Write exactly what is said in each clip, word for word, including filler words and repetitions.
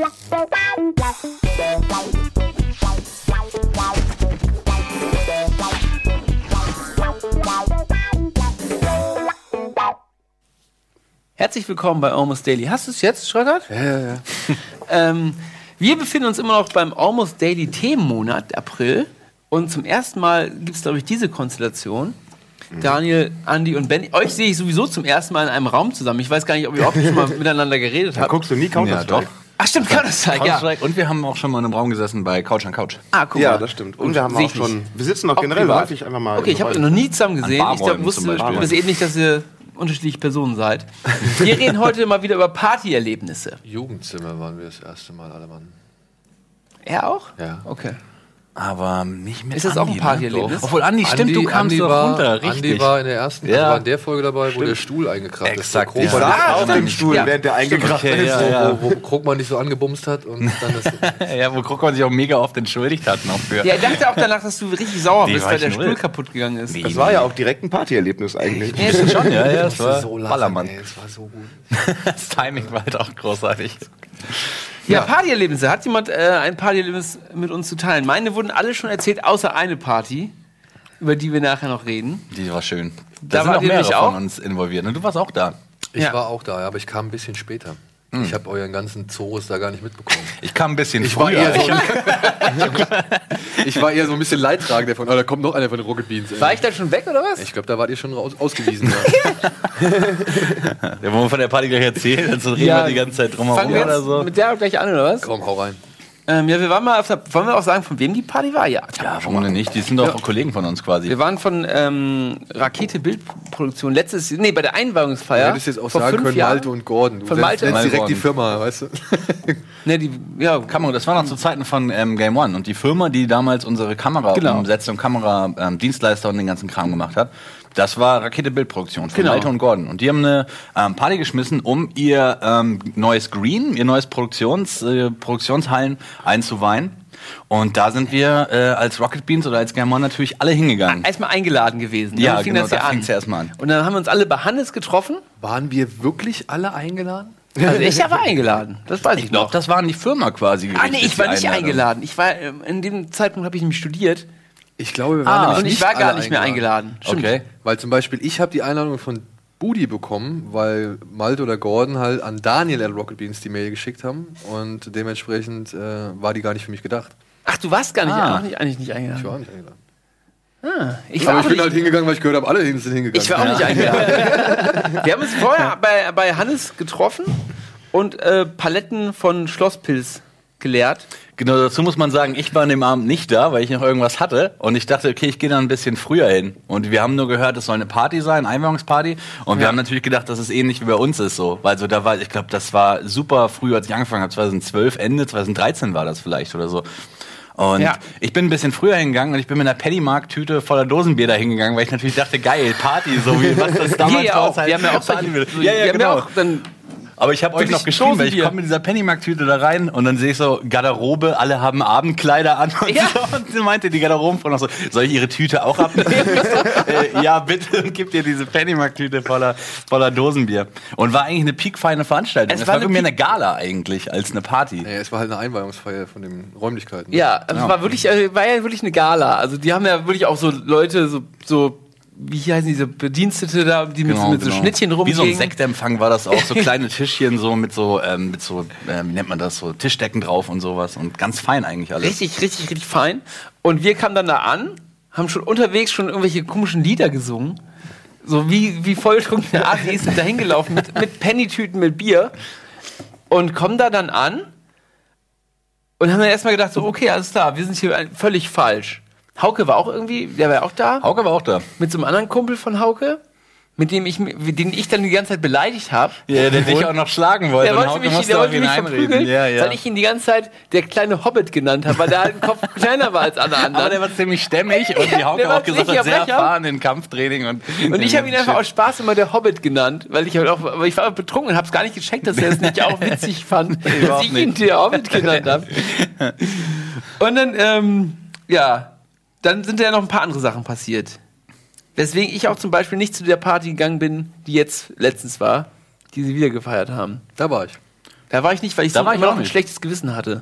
Herzlich willkommen bei Almost Daily. Hast du es jetzt, Schröckert? Ja, ja, ja. ähm, wir befinden uns immer noch beim Almost Daily Themenmonat, April. Und zum ersten Mal gibt es, glaube ich, diese Konstellation. Mhm. Daniel, Andi und Benny. Euch sehe ich sowieso zum ersten Mal in einem Raum zusammen. Ich weiß gar nicht, ob ihr überhaupt schon mal miteinander geredet habt. Da guckst du nie Counter-Strike? Ja, Ach stimmt, Counter-Strike, ja. Und wir haben auch schon mal in einem Raum gesessen bei Couch an Couch. Ah, guck mal. Ja, das stimmt. Und wir haben auch schon, wir sitzen auch, auch generell privat. häufig einfach mal. Okay, ich habe euch noch nie zusammen gesehen. Ich glaub, wusste bis eben nicht, dass ihr unterschiedliche Personen seid. Wir reden heute mal wieder über Partyerlebnisse. Jugendzimmer waren wir das erste Mal, alle Mann. Er auch? Ja. Okay. Aber nicht mit Ist das Andi, auch ein Partyerlebnis? Ne? Obwohl, Andi, stimmt, Andi, du kamst Andi doch war, runter, richtig. Andi war in der ersten, ja. also war in der Folge dabei, wo der Stuhl eingekracht Exakt, ist. Ich Wo saß Ah, auf stimmt. dem Stuhl, Ja. während der eingekracht Okay, ist. ja, ja. Wo, wo Krugmann nicht so angebumst hat und dann das. Ja, wo Krugmann sich auch mega oft entschuldigt hat noch für. Ja, er dachte auch danach, dass du richtig sauer Nee, bist, war weil ich der null. Stuhl kaputt gegangen ist. Nee. Das war ja auch direkt ein Partyerlebnis eigentlich. Ja, stimmt schon. Ja, ja, das Das war war so lachen, Ballermann. ey, das war so gut. Das Timing war halt auch großartig. Ja, Partyerlebnisse. Hat jemand äh, ein Partyerlebnis mit uns zu teilen? Meine wurden alle schon erzählt, außer eine Party, über die wir nachher noch reden. Die war schön. Da Da sind wart noch ihr mehrere nämlich von auch? uns involviert. Und du warst auch da. Ich Ja. war auch da, aber ich kam ein bisschen später. Ich habe euren ganzen Zores da gar nicht mitbekommen. Ich kam ein bisschen Ich war, früher. eher so, ich war eher so ein bisschen leidtragend davon. Oh, da kommt noch einer von den Rocket Beans. ey. War ich dann schon weg, oder was? Ich glaube, da wart ihr schon raus, ausgewiesen. Ja. Ja, wollen wir von der Party gleich erzählen? Dann reden Ja. wir die ganze Zeit drumherum Fangen wir oder jetzt so. mit der gleich an, oder was? Komm, hau rein. Ähm, ja, wir waren mal auf der, wollen wir auch sagen, von wem die Party war? Ja. Ja, warum denn nicht? Die sind doch Ja. Kollegen von uns quasi. Wir waren von ähm, Rakete Bildproduktion letztes, nee, bei der Einweihungsfeier. Du hättest jetzt auch vor sagen fünf können, Jahren. Malte und Gordon. Du Von nennst- Malte nennst und direkt die Gordon. Firma, weißt du? Ne, die, ja, Kamera, das war noch zu Zeiten von ähm, Game One. Und die Firma, die damals unsere Kamera Genau. umsetzte und Kamera ähm, Dienstleister und den ganzen Kram gemacht hat, das war Rakete Bildproduktion von Genau. Malte und Gordon. Und die haben eine ähm, Party geschmissen, um ihr ähm, neues Green, ihr neues Produktions, äh, Produktionshallen einzuweihen. Und da sind wir äh, als Rocket Beans oder als Game One natürlich alle hingegangen. erstmal eingeladen gewesen. Ja, Dann fing genau, das ja da an. fing's ja erstmal an. Und dann haben wir uns alle bei Hannes getroffen. Waren wir wirklich alle eingeladen? Also ich war eingeladen. Das weiß ich, Ich glaube, noch. das war an die Firma quasi Ah, nee, gerichtet, ich war die nicht Einladung. eingeladen. Ich war, ähm, in dem Zeitpunkt habe ich nämlich studiert. Ich glaube, wir Ah, waren nämlich Und ich nicht war gar alle nicht mehr eingeladen. Stimmt. Okay. Weil zum Beispiel, ich habe die Einladung von Budi bekommen, weil Malte oder Gordon halt an Daniel at Rocket Beans die Mail geschickt haben und dementsprechend äh, war die gar nicht für mich gedacht. Ach, du warst gar nicht, Ah. auch nicht eigentlich nicht eingeladen. Ich war auch nicht eingeladen. Ich war Aber auch ich bin nicht, halt hingegangen, weil ich gehört habe, alle sind hingegangen. ich war auch nicht eingeladen. Wir haben uns vorher bei, bei Hannes getroffen und äh, Paletten von Schlosspilz geleert. Genau, dazu muss man sagen, ich war an dem Abend nicht da, weil ich noch irgendwas hatte. Und ich dachte, okay, ich gehe dann ein bisschen früher hin. Und wir haben nur gehört, es soll eine Party sein, Einweihungsparty. Und wir Ja. haben natürlich gedacht, dass es ähnlich wie bei uns ist so. Weil so da war, ich glaube, das war super früh, als ich angefangen habe. zwanzig zwölf, Ende zwanzig dreizehn war das vielleicht oder so. Und Ja. ich bin ein bisschen früher hingegangen und ich bin mit einer Pennymark-Tüte voller Dosenbier da hingegangen, weil ich natürlich dachte, geil, Party, so wie was das damals Wir ja war, auch. halt Wir haben ja auch Party solche, wird. so, Ja, ja, wir haben genau. ja auch dann Aber ich habe euch Wirklich noch geschrieben, weil ich Dosenbier. komme mit dieser Pennymark-Tüte da rein und dann sehe ich so Garderobe, alle haben Abendkleider an und, Ja. so, und sie meinte die Garderobenfrau noch so, soll ich ihre Tüte auch abnehmen? äh, ja, bitte, und gib dir diese Pennymark-Tüte voller, voller Dosenbier. Und war eigentlich eine piekfeine Veranstaltung. Es Es, war war eine für mir Piek- eine Gala eigentlich, als eine Party. Ja, es war halt eine Einweihungsfeier von den Räumlichkeiten. Ja, also Ja. es war wirklich, also war ja wirklich eine Gala. Also die haben ja wirklich auch so Leute, so, so wie heißen diese Bedienstete da, die mit, so- mit so Schnittchen Wie rumgehen. so ein Sektempfang war das auch, so kleine Tischchen so mit so, ähm, mit so, äh, wie nennt man das, so Tischdecken drauf und sowas und ganz fein eigentlich alles. Richtig, richtig, richtig fein. Und wir kamen dann da an, haben schon unterwegs schon irgendwelche komischen Lieder gesungen. So wie, wie volltrunkene Assis sind da hingelaufen mit, mit Pennytüten mit Bier. Und kommen da dann an und haben dann erstmal gedacht, so, okay, alles klar, wir sind hier ein- völlig falsch. Hauke war auch irgendwie, der war ja auch da. Hauke war auch da. Mit so einem anderen Kumpel von Hauke, mit dem ich, den ich dann die ganze Zeit beleidigt habe. Ja, der dich auch noch schlagen wollte. Der und wollte Hauke mich, musste der auf wollte ihn mich einreden. verprügeln, Ja, ja. weil ich ihn die ganze Zeit der kleine Hobbit genannt habe, weil der halt ein Kopf kleiner war als alle anderen. Aber der war ziemlich stämmig und wie Der Hauke war auch gesagt ziemlich hat, sehr Brecher. erfahren in Kampftraining. Und, Und ich habe ihn einfach aus Spaß immer der Hobbit genannt, weil ich halt auch, aber ich war betrunken und habe es gar nicht gecheckt, dass er es nicht auch witzig fand, dass Überhaupt ich ihn nicht. der Hobbit genannt habe. Und dann, ähm, ja, dann sind ja noch ein paar andere Sachen passiert. Weswegen ich auch zum Beispiel nicht zu der Party gegangen bin, die jetzt letztens war, die sie wieder gefeiert haben. Da war ich. Da war ich nicht, weil ich Da so war ich immer auch noch ein nicht. schlechtes Gewissen hatte.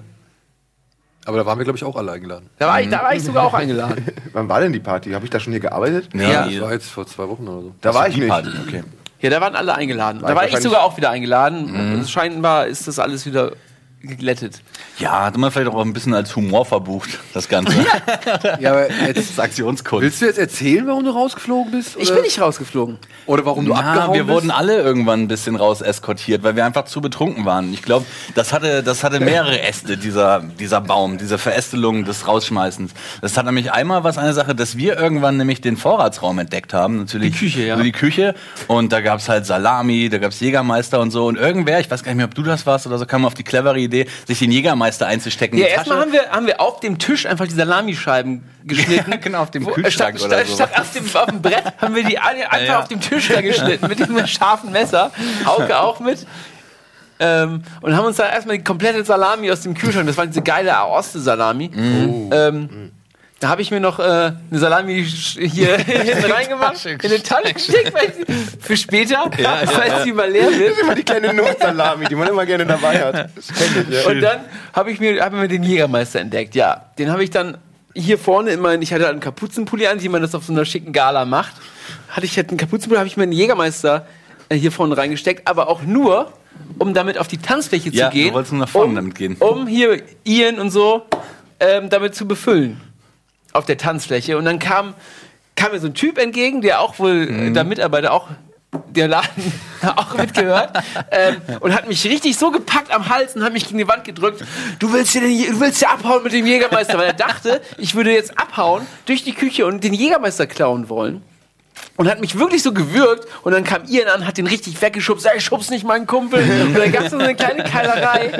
Aber da waren wir, glaube ich, auch alle eingeladen. Da war, ich, da war ich sogar auch eingeladen. Wann war denn die Party? Habe ich da schon hier gearbeitet? Ja. Das war jetzt vor zwei Wochen oder so. Da war ich nicht. Party, okay. Ja, da waren alle eingeladen. War Da ich war ich wahrscheinlich- sogar auch wieder eingeladen. Mhm. Scheinbar ist das alles wieder geglättet. Ja, hat man vielleicht auch ein bisschen als Humor verbucht, das Ganze. Ja, aber Das jetzt, ist Aktionskunst. willst du jetzt erzählen, warum du rausgeflogen bist? Ich oder? bin nicht rausgeflogen. Oder warum du Ja, abgehauen wir bist? wurden alle irgendwann ein bisschen raus eskortiert, weil wir einfach zu betrunken waren. Ich glaube, das hatte, das hatte mehrere Äste, dieser, dieser Baum, diese Verästelung des Rausschmeißens. Das hat nämlich einmal was eine Sache, dass wir irgendwann nämlich den Vorratsraum entdeckt haben. Natürlich Die Küche, ja. so die Küche. Und da gab's halt Salami, da gab's Jägermeister und so. Und irgendwer, ich weiß gar nicht mehr, ob du das warst oder so, kam auf die clevere Idee, sich den Jägermeister einzustecken. in Ja, die erstmal Tasche. haben wir, haben wir auf dem Tisch einfach die Salamischeiben geschnitten. Ja, genau, auf dem Wo- Kühlschrank statt, oder statt, so. statt auf, dem, auf dem Brett haben wir die alle einfach ja. auf dem Tisch da geschnitten mit dem scharfen Messer. Hauke auch mit. Ähm, und haben uns da erstmal die komplette Salami aus dem Kühlschrank, das war diese geile Aoste-Salami. Mm. Ähm, da habe ich mir noch äh, eine Salami sch- hier hinten reingemacht, in den Tasche gesteckt, weil sie, für später, falls sie mal leer wird. Das ist immer die kleine Notsalami, die man immer gerne dabei hat. Das kenn ich, ja. Und dann habe ich mir, hab mir den Jägermeister entdeckt. Ja, den habe ich dann hier vorne immer, ich hatte einen Kapuzenpulli an, wie man das auf so einer schicken Gala macht. Hatte ich halt einen Kapuzenpulli, habe ich mir einen Jägermeister äh, hier vorne reingesteckt, aber auch nur, um damit auf die Tanzfläche Ja, zu gehen. du wolltest nur nach vorne um, damit gehen. Um hier Ian und so ähm, damit zu befüllen. Auf der Tanzfläche. Und dann kam, kam mir so ein Typ entgegen, der auch wohl Mhm. äh, da Mitarbeiter auch der Laden auch mitgehört ähm, und hat mich richtig so gepackt am Hals und hat mich gegen die Wand gedrückt. Du willst hier, den, du willst hier abhauen mit dem Jägermeister, weil er dachte, ich würde jetzt abhauen durch die Küche und den Jägermeister klauen wollen. Und hat mich wirklich so gewürgt und dann kam Ian an, hat den richtig weggeschubst, sag, ich schubst nicht meinen Kumpel. Und dann gab es so eine kleine Keilerei.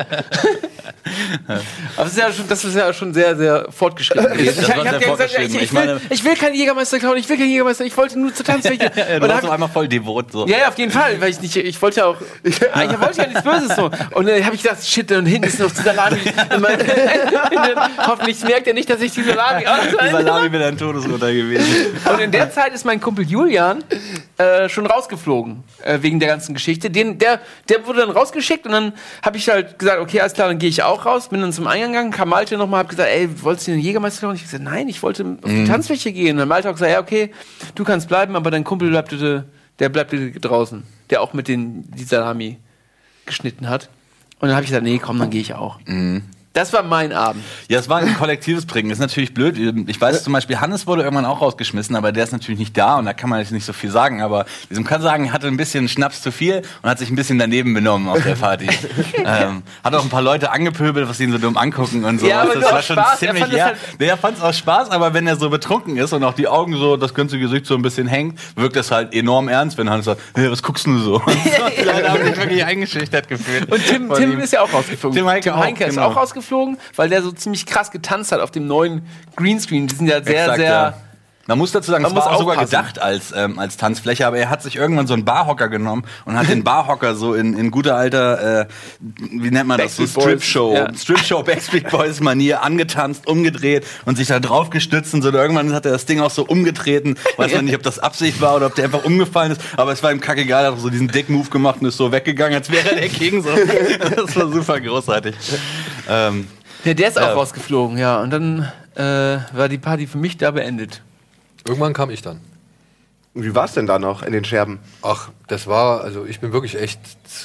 Aber das ist, ja schon, das ist ja schon sehr, sehr fortgeschritten gewesen. Das Ich, war ich, hab sehr dir gesagt, fortgeschritten. ich, ich, Ich meine- will, ich will keinen Jägermeister klauen, ich will keinen Jägermeister, ich wollte nur zur Tanzfläche. Ja, Und du dann warst hab- auf einmal voll devot. So. ja, ja, auf jeden Fall, weil ich nicht, ich wollte ja auch, ich wollte ja nichts Böses so. Und dann habe ich gedacht, shit, und hinten ist noch die Salami. Und mein, hoffentlich merkt er nicht, dass ich die Salami Die Salami wäre ein Todesurteil gewesen. Und in der Zeit ist mein Kumpel Julian äh, schon rausgeflogen, äh, wegen der ganzen Geschichte. Den, der, der wurde dann rausgeschickt und dann habe ich halt gesagt, okay, alles klar, dann gehe ich auch raus, bin dann zum Eingang gegangen, kam Malte nochmal, hab gesagt, ey, wolltest du den Jägermeister klauen? Ich hab gesagt, nein, ich wollte auf die Tanzfläche gehen. Und dann Malte auch gesagt, ja, okay, du kannst bleiben, aber dein Kumpel bleibt bitte, der bleibt bitte draußen, der auch mit den, die Salami geschnitten hat. Und dann habe ich gesagt, nee, komm, dann gehe ich auch. Das war mein Abend. Ja, es war ein kollektives Bringen. Das ist natürlich blöd. Ich weiß zum Beispiel, Hannes wurde irgendwann auch rausgeschmissen, aber der ist natürlich nicht da und da kann man jetzt nicht so viel sagen. Aber man kann sagen, er hatte ein bisschen Schnaps zu viel und hat sich ein bisschen daneben benommen auf der Party. ähm, hat auch ein paar Leute angepöbelt, was ihn so dumm angucken und so. Ja, aber das nur war aus schon Spaß. Er ziemlich. fand das Ja, halt- der fand es auch Spaß, aber wenn er so betrunken ist und auch die Augen so, das ganze Gesicht so ein bisschen hängt, wirkt das halt enorm ernst, wenn Hannes sagt, hey, was guckst du so? Die Leute haben sich wirklich eingeschüchtert gefühlt. Und Tim, Von Tim ihm. ist ja auch rausgeflogen. Tim Heinke auch, Heinke ist genau. auch rausgeflogen, weil der so ziemlich krass getanzt hat auf dem neuen Greenscreen. Die sind ja sehr, Exakt, sehr... ja. Man muss dazu sagen, Man es war muss auch sogar aufpassen. gedacht als, ähm, als Tanzfläche, aber er hat sich irgendwann so einen Barhocker genommen und hat den Barhocker so in, in guter alter, äh, wie nennt man das, so Backstreet Boys. Strip-Show, Ja. Strip-Show Backstreet Boys Manier angetanzt, umgedreht und sich da drauf gestützt und so. Und irgendwann hat er das Ding auch so umgetreten. Weiß man nicht, ob das Absicht war oder ob der einfach umgefallen ist, aber es war ihm kackegal, er hat so diesen Dick-Move gemacht und ist so weggegangen, als wäre er der King. So. Das war super großartig. Ähm, Ja, der ist auch Ja. rausgeflogen, ja. Und dann äh, war die Party für mich da beendet. Irgendwann kam ich dann. Und wie war es denn da noch in den Scherben? Ach, das war, also ich bin wirklich echt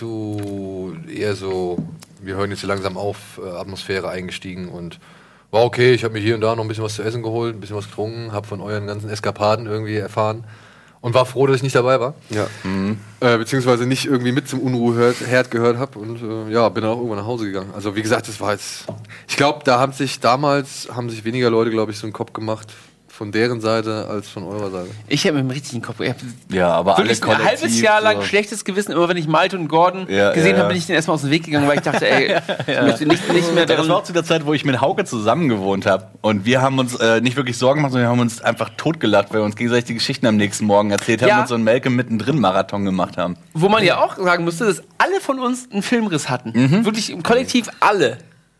zu eher so, wir hören jetzt so langsam auf, äh, Atmosphäre eingestiegen und war okay, ich habe mir hier und da noch ein bisschen was zu essen geholt, ein bisschen was getrunken, habe von euren ganzen Eskapaden irgendwie erfahren und war froh, dass ich nicht dabei war. Ja. Äh, beziehungsweise nicht irgendwie mit zum Unruheherd gehört habe und äh, ja, bin dann auch irgendwann nach Hause gegangen. Also wie gesagt, das war jetzt, ich glaube, da haben sich damals, haben sich weniger Leute, glaube ich, so einen Kopf gemacht von deren Seite als von eurer Seite. Ich habe mit dem richtigen Kopf. Ich hab ja, aber alle wirklich ein kollektiv. halbes Jahr lang so. schlechtes Gewissen. Immer wenn ich Malte und Gordon Ja, gesehen ja, habe, ja. bin ich denen erstmal aus dem Weg gegangen, weil ich dachte, ey, ich möchte nicht, nicht mehr Ja, das daran. war auch zu der Zeit, wo ich mit Hauke zusammen gewohnt habe. Und wir haben uns äh, nicht wirklich Sorgen gemacht, sondern wir haben uns einfach totgelacht, weil wir uns gegenseitig die Geschichten am nächsten Morgen erzählt haben Ja. und so einen Melke mittendrin Marathon gemacht haben. Wo man ja auch sagen musste, dass alle von uns einen Filmriss hatten. Mhm. Wirklich im Kollektiv alle.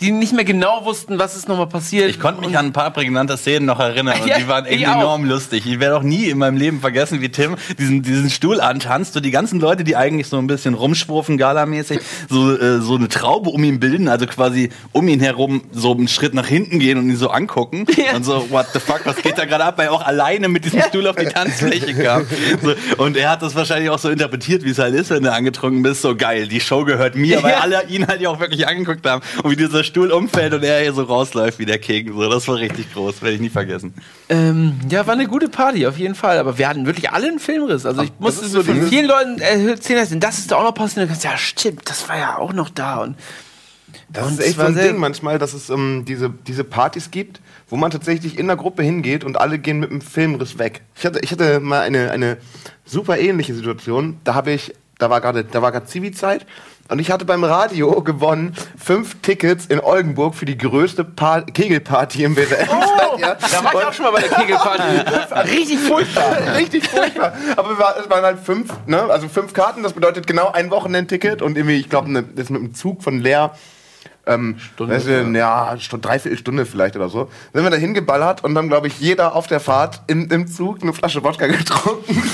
die nicht mehr genau wussten, was ist nochmal passiert. Ich konnte mich an ein paar prägnante Szenen noch erinnern und Ja, die waren ich echt auch. enorm lustig. Ich werde auch nie in meinem Leben vergessen, wie Tim diesen, diesen Stuhl antanzt und die ganzen Leute, die eigentlich so ein bisschen rumschwurfen, galamäßig, so, äh, so eine Traube um ihn bilden, also quasi um ihn herum so einen Schritt nach hinten gehen und ihn so angucken Ja. und so, what the fuck, was geht da gerade ab, weil er auch alleine mit diesem Stuhl auf die Tanzfläche kam. So, und er hat das wahrscheinlich auch so interpretiert, wie es halt ist, wenn du angetrunken bist, so geil, die Show gehört mir, weil Ja. alle ihn halt ja auch wirklich angeguckt haben und wie dieser Stuhl umfällt und er hier so rausläuft wie der King. So, das war richtig groß, werde ich nie vergessen. Ähm, ja, war eine gute Party, auf jeden Fall. Aber wir hatten wirklich alle einen Filmriss. Also ich musste ist so so von dieses- vielen Leuten erzählen, das ist da auch noch passiert. Und du kannst, ja, stimmt, das war ja auch noch da. Und Das Und ist echt es war so ein sehr- Ding manchmal, dass es ähm, diese, diese Partys gibt, wo man tatsächlich in der Gruppe hingeht und alle gehen mit einem Filmriss weg. Ich hatte, ich hatte mal eine, eine super ähnliche Situation. Da habe ich, da war gerade, da war gerade Zivi-Zeit und ich hatte beim Radio gewonnen fünf Tickets in Oldenburg für die größte Pa- Kegelparty im W W M. Oh, Ja. da war ich auch schon mal bei der Kegelparty. Richtig furchtbar. Richtig furchtbar. Aber wir war, es waren halt fünf, ne? Also fünf Karten, das bedeutet genau ein Wochenendticket und irgendwie, ich glaube, ne, das mit dem Zug von Leer. Ähm, Stunde, weißt du, ja, Stunde, dreiviertel Stunde vielleicht oder so. Sind wir da hingeballert und dann, glaube ich, jeder auf der Fahrt im, im Zug eine Flasche Wodka getrunken.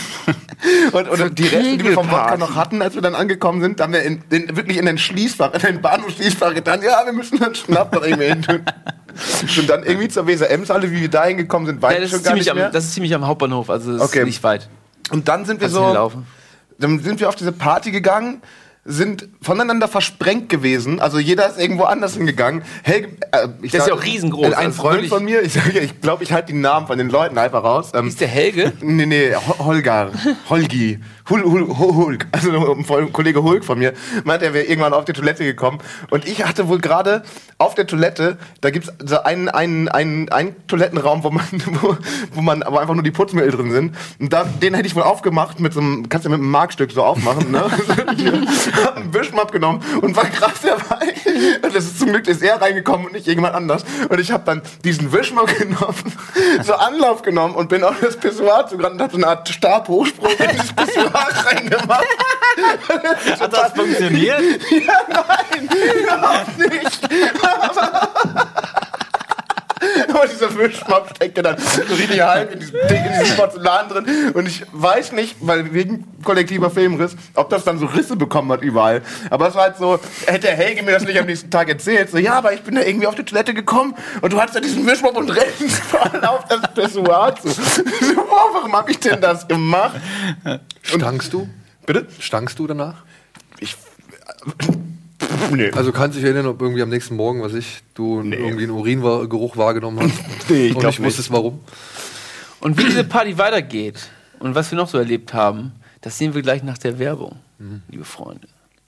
und und die Reste, die wir vom Wodka noch hatten, als wir dann angekommen sind, haben wir in, in, wirklich in den Schließfach, in den Bahnhofsschließfach getan, ja, wir müssen dann Schnapp noch irgendwie hin tun. Und dann irgendwie zur Weser Emshalle, wie wir da hingekommen sind, weiß Ja, ich das, schon ist gar ziemlich nicht am, mehr. das ist ziemlich am Hauptbahnhof, also das Okay. ist nicht weit. Und dann sind wir Kannst du so, hinlaufen. dann sind wir auf diese Party gegangen, sind voneinander versprengt gewesen. Also jeder ist irgendwo anders hingegangen. Helge, äh, ich Der ist sag- ja auch riesengroß, Ein also Freund wirklich- von mir, ich sage, ich glaube, ich halte die Namen von den Leuten einfach raus. Ähm, Ist der Helge? Nee, nee, Ho- Holger, Holgi, Hul, Hul, Hul, Hulk, also ein Kollege Hulk von mir, meinte, er wäre irgendwann auf die Toilette gekommen. Und ich hatte wohl gerade auf der Toilette, da gibt's so einen, einen, einen, einen Toilettenraum, wo man, wo, wo man, aber einfach nur die Putzmittel drin sind. Und da, den hätte ich wohl aufgemacht mit so einem, kannst du mit einem Markstück so aufmachen, ne? Hab einen Wischmopp genommen und war krass dabei. Und das ist zum Glück ist er reingekommen und nicht irgendjemand anders. Und ich habe dann diesen Wischmopp genommen, so Anlauf genommen und bin auf das Pissoir zugerannt und hab so eine Art Stabhochsprung in dieses Pissoir reingemacht. Hat das funktioniert? Ja, nein, überhaupt nicht. Aber dieser Wischmopp steckte dann so richtig halb in diesem Ding, in diesem Porzellan drin. Und ich weiß nicht, weil wegen kollektiver Filmriss, ob das dann so Risse bekommen hat überall. Aber es war halt so, hätte Helge mir das nicht am nächsten Tag erzählt, so, ja, aber ich bin da irgendwie auf die Toilette gekommen und du hattest da diesen Wischmopp und rennst voll auf das Pissoir zu. So, wow, warum hab ich denn das gemacht? Stankst du? Bitte? Stankst du danach? Ich... Nee. Also kannst du dich erinnern, ob irgendwie am nächsten Morgen, was ich, du irgendwie einen Uringeruch wahrgenommen hast? Nee, ich und glaub nicht wusstest, warum? Und wie diese Party weitergeht und was wir noch so erlebt haben, das sehen wir gleich nach der Werbung, liebe Freunde.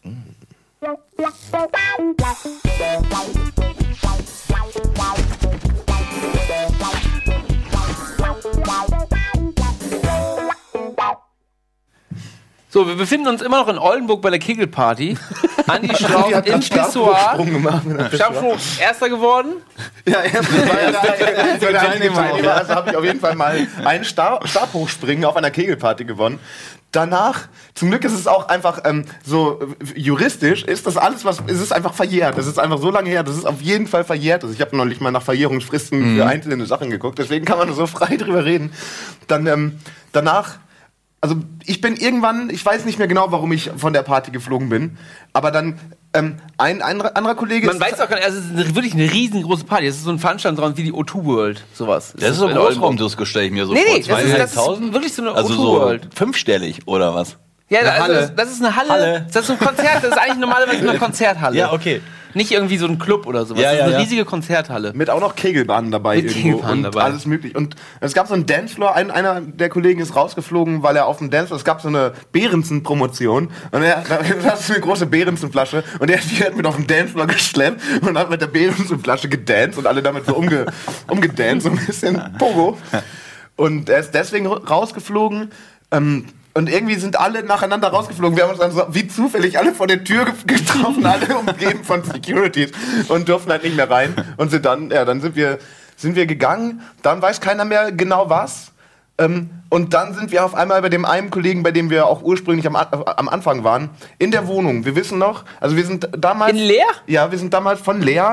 So, wir befinden uns immer noch in Oldenburg bei der Kegelparty. Andi Schlauch Die hat im einen Pissoir. Stabhochsprung gemacht. Stabsprung erster geworden. Ja, erst war ja der, der, der einzige Teilnehmer. Also habe ich auf jeden Fall mal einen Stab, Stabhochspringen auf einer Kegelparty gewonnen. Danach, zum Glück ist es auch einfach ähm, so äh, juristisch, ist das alles, was, es ist einfach verjährt. Das ist einfach so lange her, dass es auf jeden Fall verjährt ist. Ich habe neulich mal nach Verjährungsfristen für einzelne Sachen geguckt, deswegen kann man so frei drüber reden. Dann ähm, danach, also ich bin irgendwann, ich weiß nicht mehr genau, warum ich von der Party geflogen bin, aber dann ähm, ein anderer, anderer Kollege... Man ist- weiß auch gar nicht, also es ist eine, wirklich eine riesengroße Party. Es ist so ein Veranstaltungsraum wie die O zwei World, sowas. Das ist so ein in Oldenburg. Großraumdisco, stelle ich mir so Nee, vor. nee, das ist, das Zweieinhalbtausend? ist wirklich so eine Also O zwei so World. fünfstellig, oder was? Ja, Eine also Halle. das, das ist eine Halle. Halle. Das ist ein Konzert. Das ist eigentlich normalerweise eine Konzerthalle. Ja, okay. Nicht irgendwie so ein Club oder sowas. Ja, das ist ja, eine ja. riesige Konzerthalle. Mit auch noch Kegelbahnen dabei Mit irgendwo Kegelbahnen und dabei. alles möglich. Und es gab so einen Dancefloor, ein, einer der Kollegen ist rausgeflogen, weil er auf dem Dancefloor, es gab so eine Behrensen-Promotion und er, das ist eine große Behrensen-Flasche und er die hat mit auf den Dancefloor geschleppt und hat mit der Behrensen-Flasche gedanced und alle damit so umge, umgedanced, so ein bisschen Pogo. Und er ist deswegen rausgeflogen, ähm, und irgendwie sind alle nacheinander rausgeflogen. Wir haben uns dann so wie zufällig alle vor der Tür ge- getroffen, alle umgeben von Securities und durften halt nicht mehr rein. Und sind dann, ja, dann sind wir, sind wir gegangen. Dann weiß keiner mehr genau was. Ähm, und dann sind wir auf einmal bei dem einen Kollegen, bei dem wir auch ursprünglich am, A- am Anfang waren, in der Wohnung. Wir wissen noch, also wir sind damals... In Leer? Ja, wir sind damals von Leer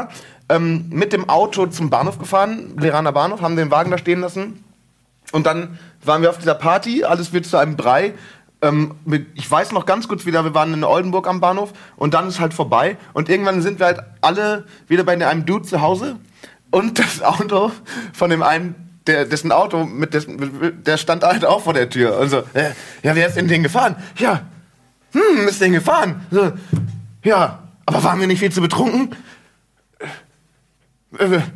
ähm, mit dem Auto zum Bahnhof gefahren, Leraner Bahnhof, haben den Wagen da stehen lassen. Und dann waren wir auf dieser Party, alles wird zu einem Brei. Ähm, mit, ich weiß noch ganz gut wieder, wir waren in Oldenburg am Bahnhof und dann ist halt vorbei. Und irgendwann sind wir halt alle wieder bei einem Dude zu Hause. Und das Auto von dem einen, der, dessen Auto, mit dessen, der stand halt auch vor der Tür. Und so, äh, ja, wer ist in den gefahren? Ja, hm, ist den gefahren? So, ja, aber waren wir nicht viel zu betrunken? Äh, äh,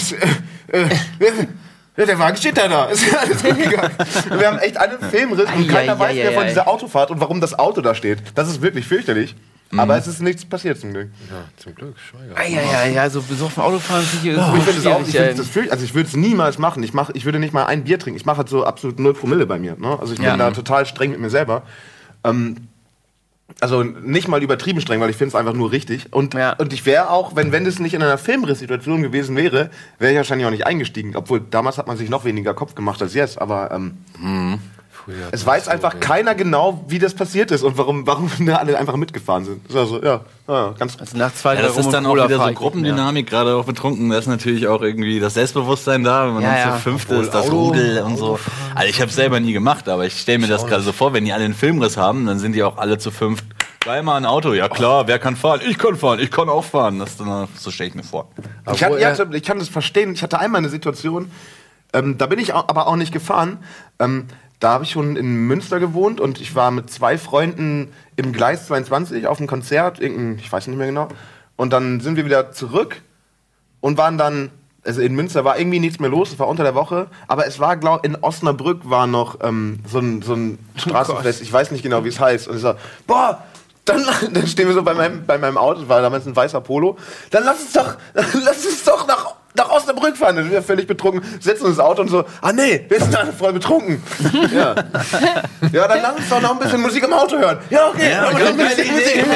äh, äh, ja, der Wagen steht da da. Ist ja alles gut gegangen. Wir haben echt alle einen Filmriss und keiner Ei, weiß ei, mehr ei, von ei. dieser Autofahrt und warum das Auto da steht. Das ist wirklich fürchterlich. Mhm. Aber es ist nichts passiert zum Glück. Ja, zum Glück. Schweiger. Ah, ja, ja, ja, so besoffen Autofahren finde ich Oh, ich finde es auch, ich schwierig, find das fürcht- also ich würde es niemals machen. Ich, mach, ich würde nicht mal ein Bier trinken. Ich mache halt so absolut null Promille bei mir. Ne? Also ich bin Ja. da total streng mit mir selber. Ähm, also nicht mal übertrieben streng, weil ich finde es einfach nur richtig. Und, Ja. und ich wäre auch, wenn, wenn das nicht in einer Filmriss-Situation gewesen wäre, wäre ich wahrscheinlich auch nicht eingestiegen. Obwohl damals hat man sich noch weniger Kopf gemacht als jetzt. Aber ähm, Früher hat es man weiß so, einfach ja. keiner genau, wie das passiert ist und warum, warum wir alle einfach mitgefahren sind. Das ist also, ja, ja, ganz Also nach zwei, Ja, drei das Rum ist und dann auch Cola wieder fahr so ich nicht Gruppendynamik, gerade auch betrunken. Da ist natürlich auch irgendwie das Selbstbewusstsein da, wenn man Ja, dann ja. zu fünft Obwohl ist, das Auto- Rudel und so. Also ich habe selber nie gemacht, aber ich stelle mir das gerade so vor, wenn die alle einen Filmriss haben, dann sind die auch alle zu fünft. Geil mal ein Auto, ja klar, wer kann fahren? Ich kann fahren, ich kann auch fahren. Das ist dann, so stelle ich mir vor. Ich, hatte, Obwohl ja, er- ich kann das verstehen. Ich hatte einmal eine Situation, ähm, da bin ich auch, aber auch nicht gefahren. Ähm, da habe ich schon in Münster gewohnt und ich war mit zwei Freunden im Gleis zweiundzwanzig auf einem Konzert, irgendein, ich weiß nicht mehr genau. Und dann sind wir wieder zurück und waren dann, also in Münster war irgendwie nichts mehr los, es war unter der Woche, aber es war, glaube in Osnabrück war noch ähm, so ein, so ein Straßenfest, ich weiß nicht genau, wie es heißt. Und ich so, boah, dann, dann stehen wir so bei meinem, bei meinem Auto, das war damals ein weißer Polo, dann lass uns doch, lass uns doch nach, nach Osnabrück fahren. Dann sind wir völlig betrunken, setzen uns ins Auto und so, ah nee, wir sind alle voll betrunken. Ja, ja dann lass uns doch noch ein bisschen Musik im Auto hören. Ja, okay, Ja, hören wir noch ein geile bisschen Musik im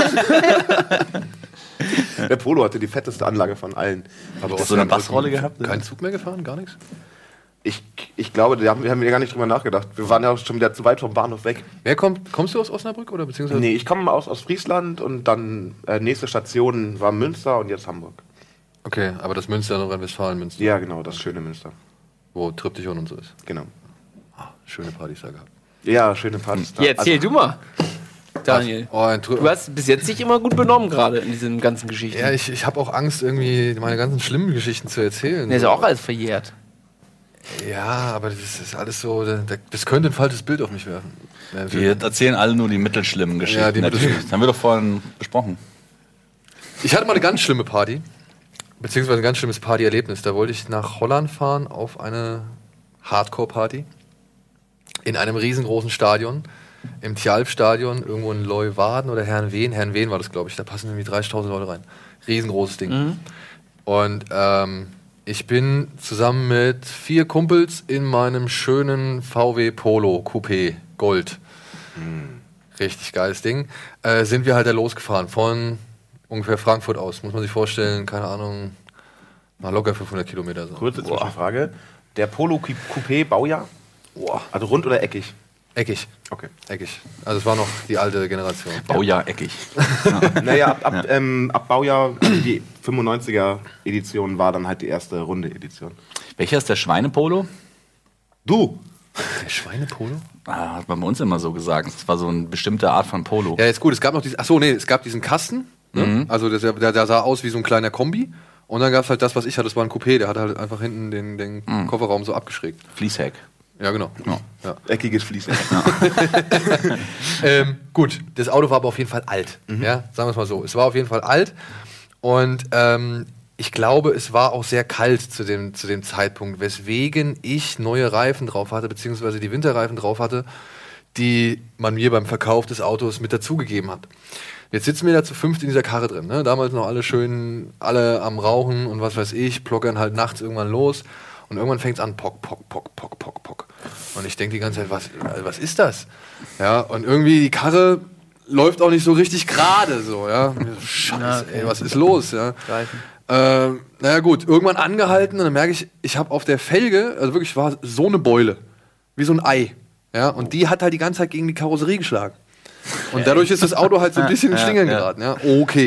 Auto. Der Polo hatte die fetteste Anlage von allen. Aber Hast du eine Osnabrück Bassrolle gehabt? Kein Zug mehr gefahren? Gar nichts? Ich, ich glaube, da haben, wir haben ja gar nicht drüber nachgedacht. Wir waren ja auch schon wieder zu weit vom Bahnhof weg. Wer kommt? Kommst du aus Osnabrück oder beziehungsweise? Nee, ich komme aus Ostfriesland und dann äh, nächste Station war Münster und jetzt Hamburg. Okay, aber das Münster, Nordrhein-Westfalen, Münster, Ja, genau, das schöne Münster. wo Triptychon und so ist. Genau. Ah, schöne Partys da gehabt. Ja, schöne Partys. da. Ja, erzähl Also, du mal, Daniel. Oh, ein Tr- Du hast bis jetzt dich immer gut benommen, gerade in diesen ganzen Geschichten. ja, ich, ich habe auch Angst, irgendwie meine ganzen schlimmen Geschichten zu erzählen. Der ist ja auch alles verjährt. Ja, aber das ist alles so, da- das könnte ein falsches Bild auf mich werfen. Ja, Wir erzählen alle nur die mittelschlimmen Geschichten. Ja, die natürlich. Das haben wir doch vorhin besprochen. Ich hatte mal eine ganz schlimme Party, beziehungsweise ein ganz schlimmes Partyerlebnis. Da wollte ich nach Holland fahren auf eine Hardcore-Party in einem riesengroßen Stadion, im Thialf-Stadion, irgendwo in Leeuwarden oder Herrenwehen. Herrenwehen war das, glaube ich. Da passen irgendwie dreißigtausend Leute rein. Riesengroßes Ding. Und ähm, ich bin zusammen mit vier Kumpels in meinem schönen V W Polo Coupé Gold. Richtig geiles Ding. Äh, sind wir halt da losgefahren von ungefähr Frankfurt aus. Muss man sich vorstellen, keine Ahnung, mal locker fünfhundert Kilometer. So. Kurze Zwischenfrage. Der Polo Coupé Baujahr? Boah. Also rund oder eckig? Eckig. Okay. Eckig. Also es war noch die alte Generation. Baujahr eckig. Naja, ab, ab, ähm, ab Baujahr, also die fünfundneunziger Edition war dann halt die erste runde Edition. Welcher ist der Schweinepolo? Du! Der Schweinepolo? Ah, hat man bei uns immer so gesagt. Das war so eine bestimmte Art von Polo. Ja, jetzt gut, es gab noch diesen, achso, nee, es gab diesen Kasten, ne? Also der, der, der sah aus wie so ein kleiner Kombi. Und dann gab es halt das, was ich hatte, das war ein Coupé, der hatte halt einfach hinten den, den Kofferraum so abgeschrägt. Fließheck. Ja, genau. Ja. Ja. Eckiges Fließen. ähm, gut, das Auto war aber auf jeden Fall alt. Ja, sagen wir es mal so. Es war auf jeden Fall alt und ähm, ich glaube, es war auch sehr kalt zu dem, zu dem Zeitpunkt, weswegen ich neue Reifen drauf hatte, beziehungsweise die Winterreifen drauf hatte, die man mir beim Verkauf des Autos mit dazugegeben hat. Jetzt sitzen wir da zu fünft in dieser Karre drin. Ne? Damals noch alle schön, alle am Rauchen und was weiß ich, plockern halt nachts irgendwann los. Und irgendwann fängt es an, pock, pock, pock, pock, pock, pock. Und ich denke die ganze Zeit, was, was ist das? Ja, und irgendwie die Karre läuft auch nicht so richtig gerade, so, ja. Scheiße, Na, okay. ey, was ist los, ja. Reifen. Ähm, naja gut, irgendwann angehalten und dann merke ich, ich habe auf der Felge, also wirklich war so eine Beule, wie so ein Ei, ja. Und die hat halt die ganze Zeit gegen die Karosserie geschlagen. Und dadurch ist das Auto halt so ein bisschen in Ja, Schlingern ja. geraten, ja. Okay.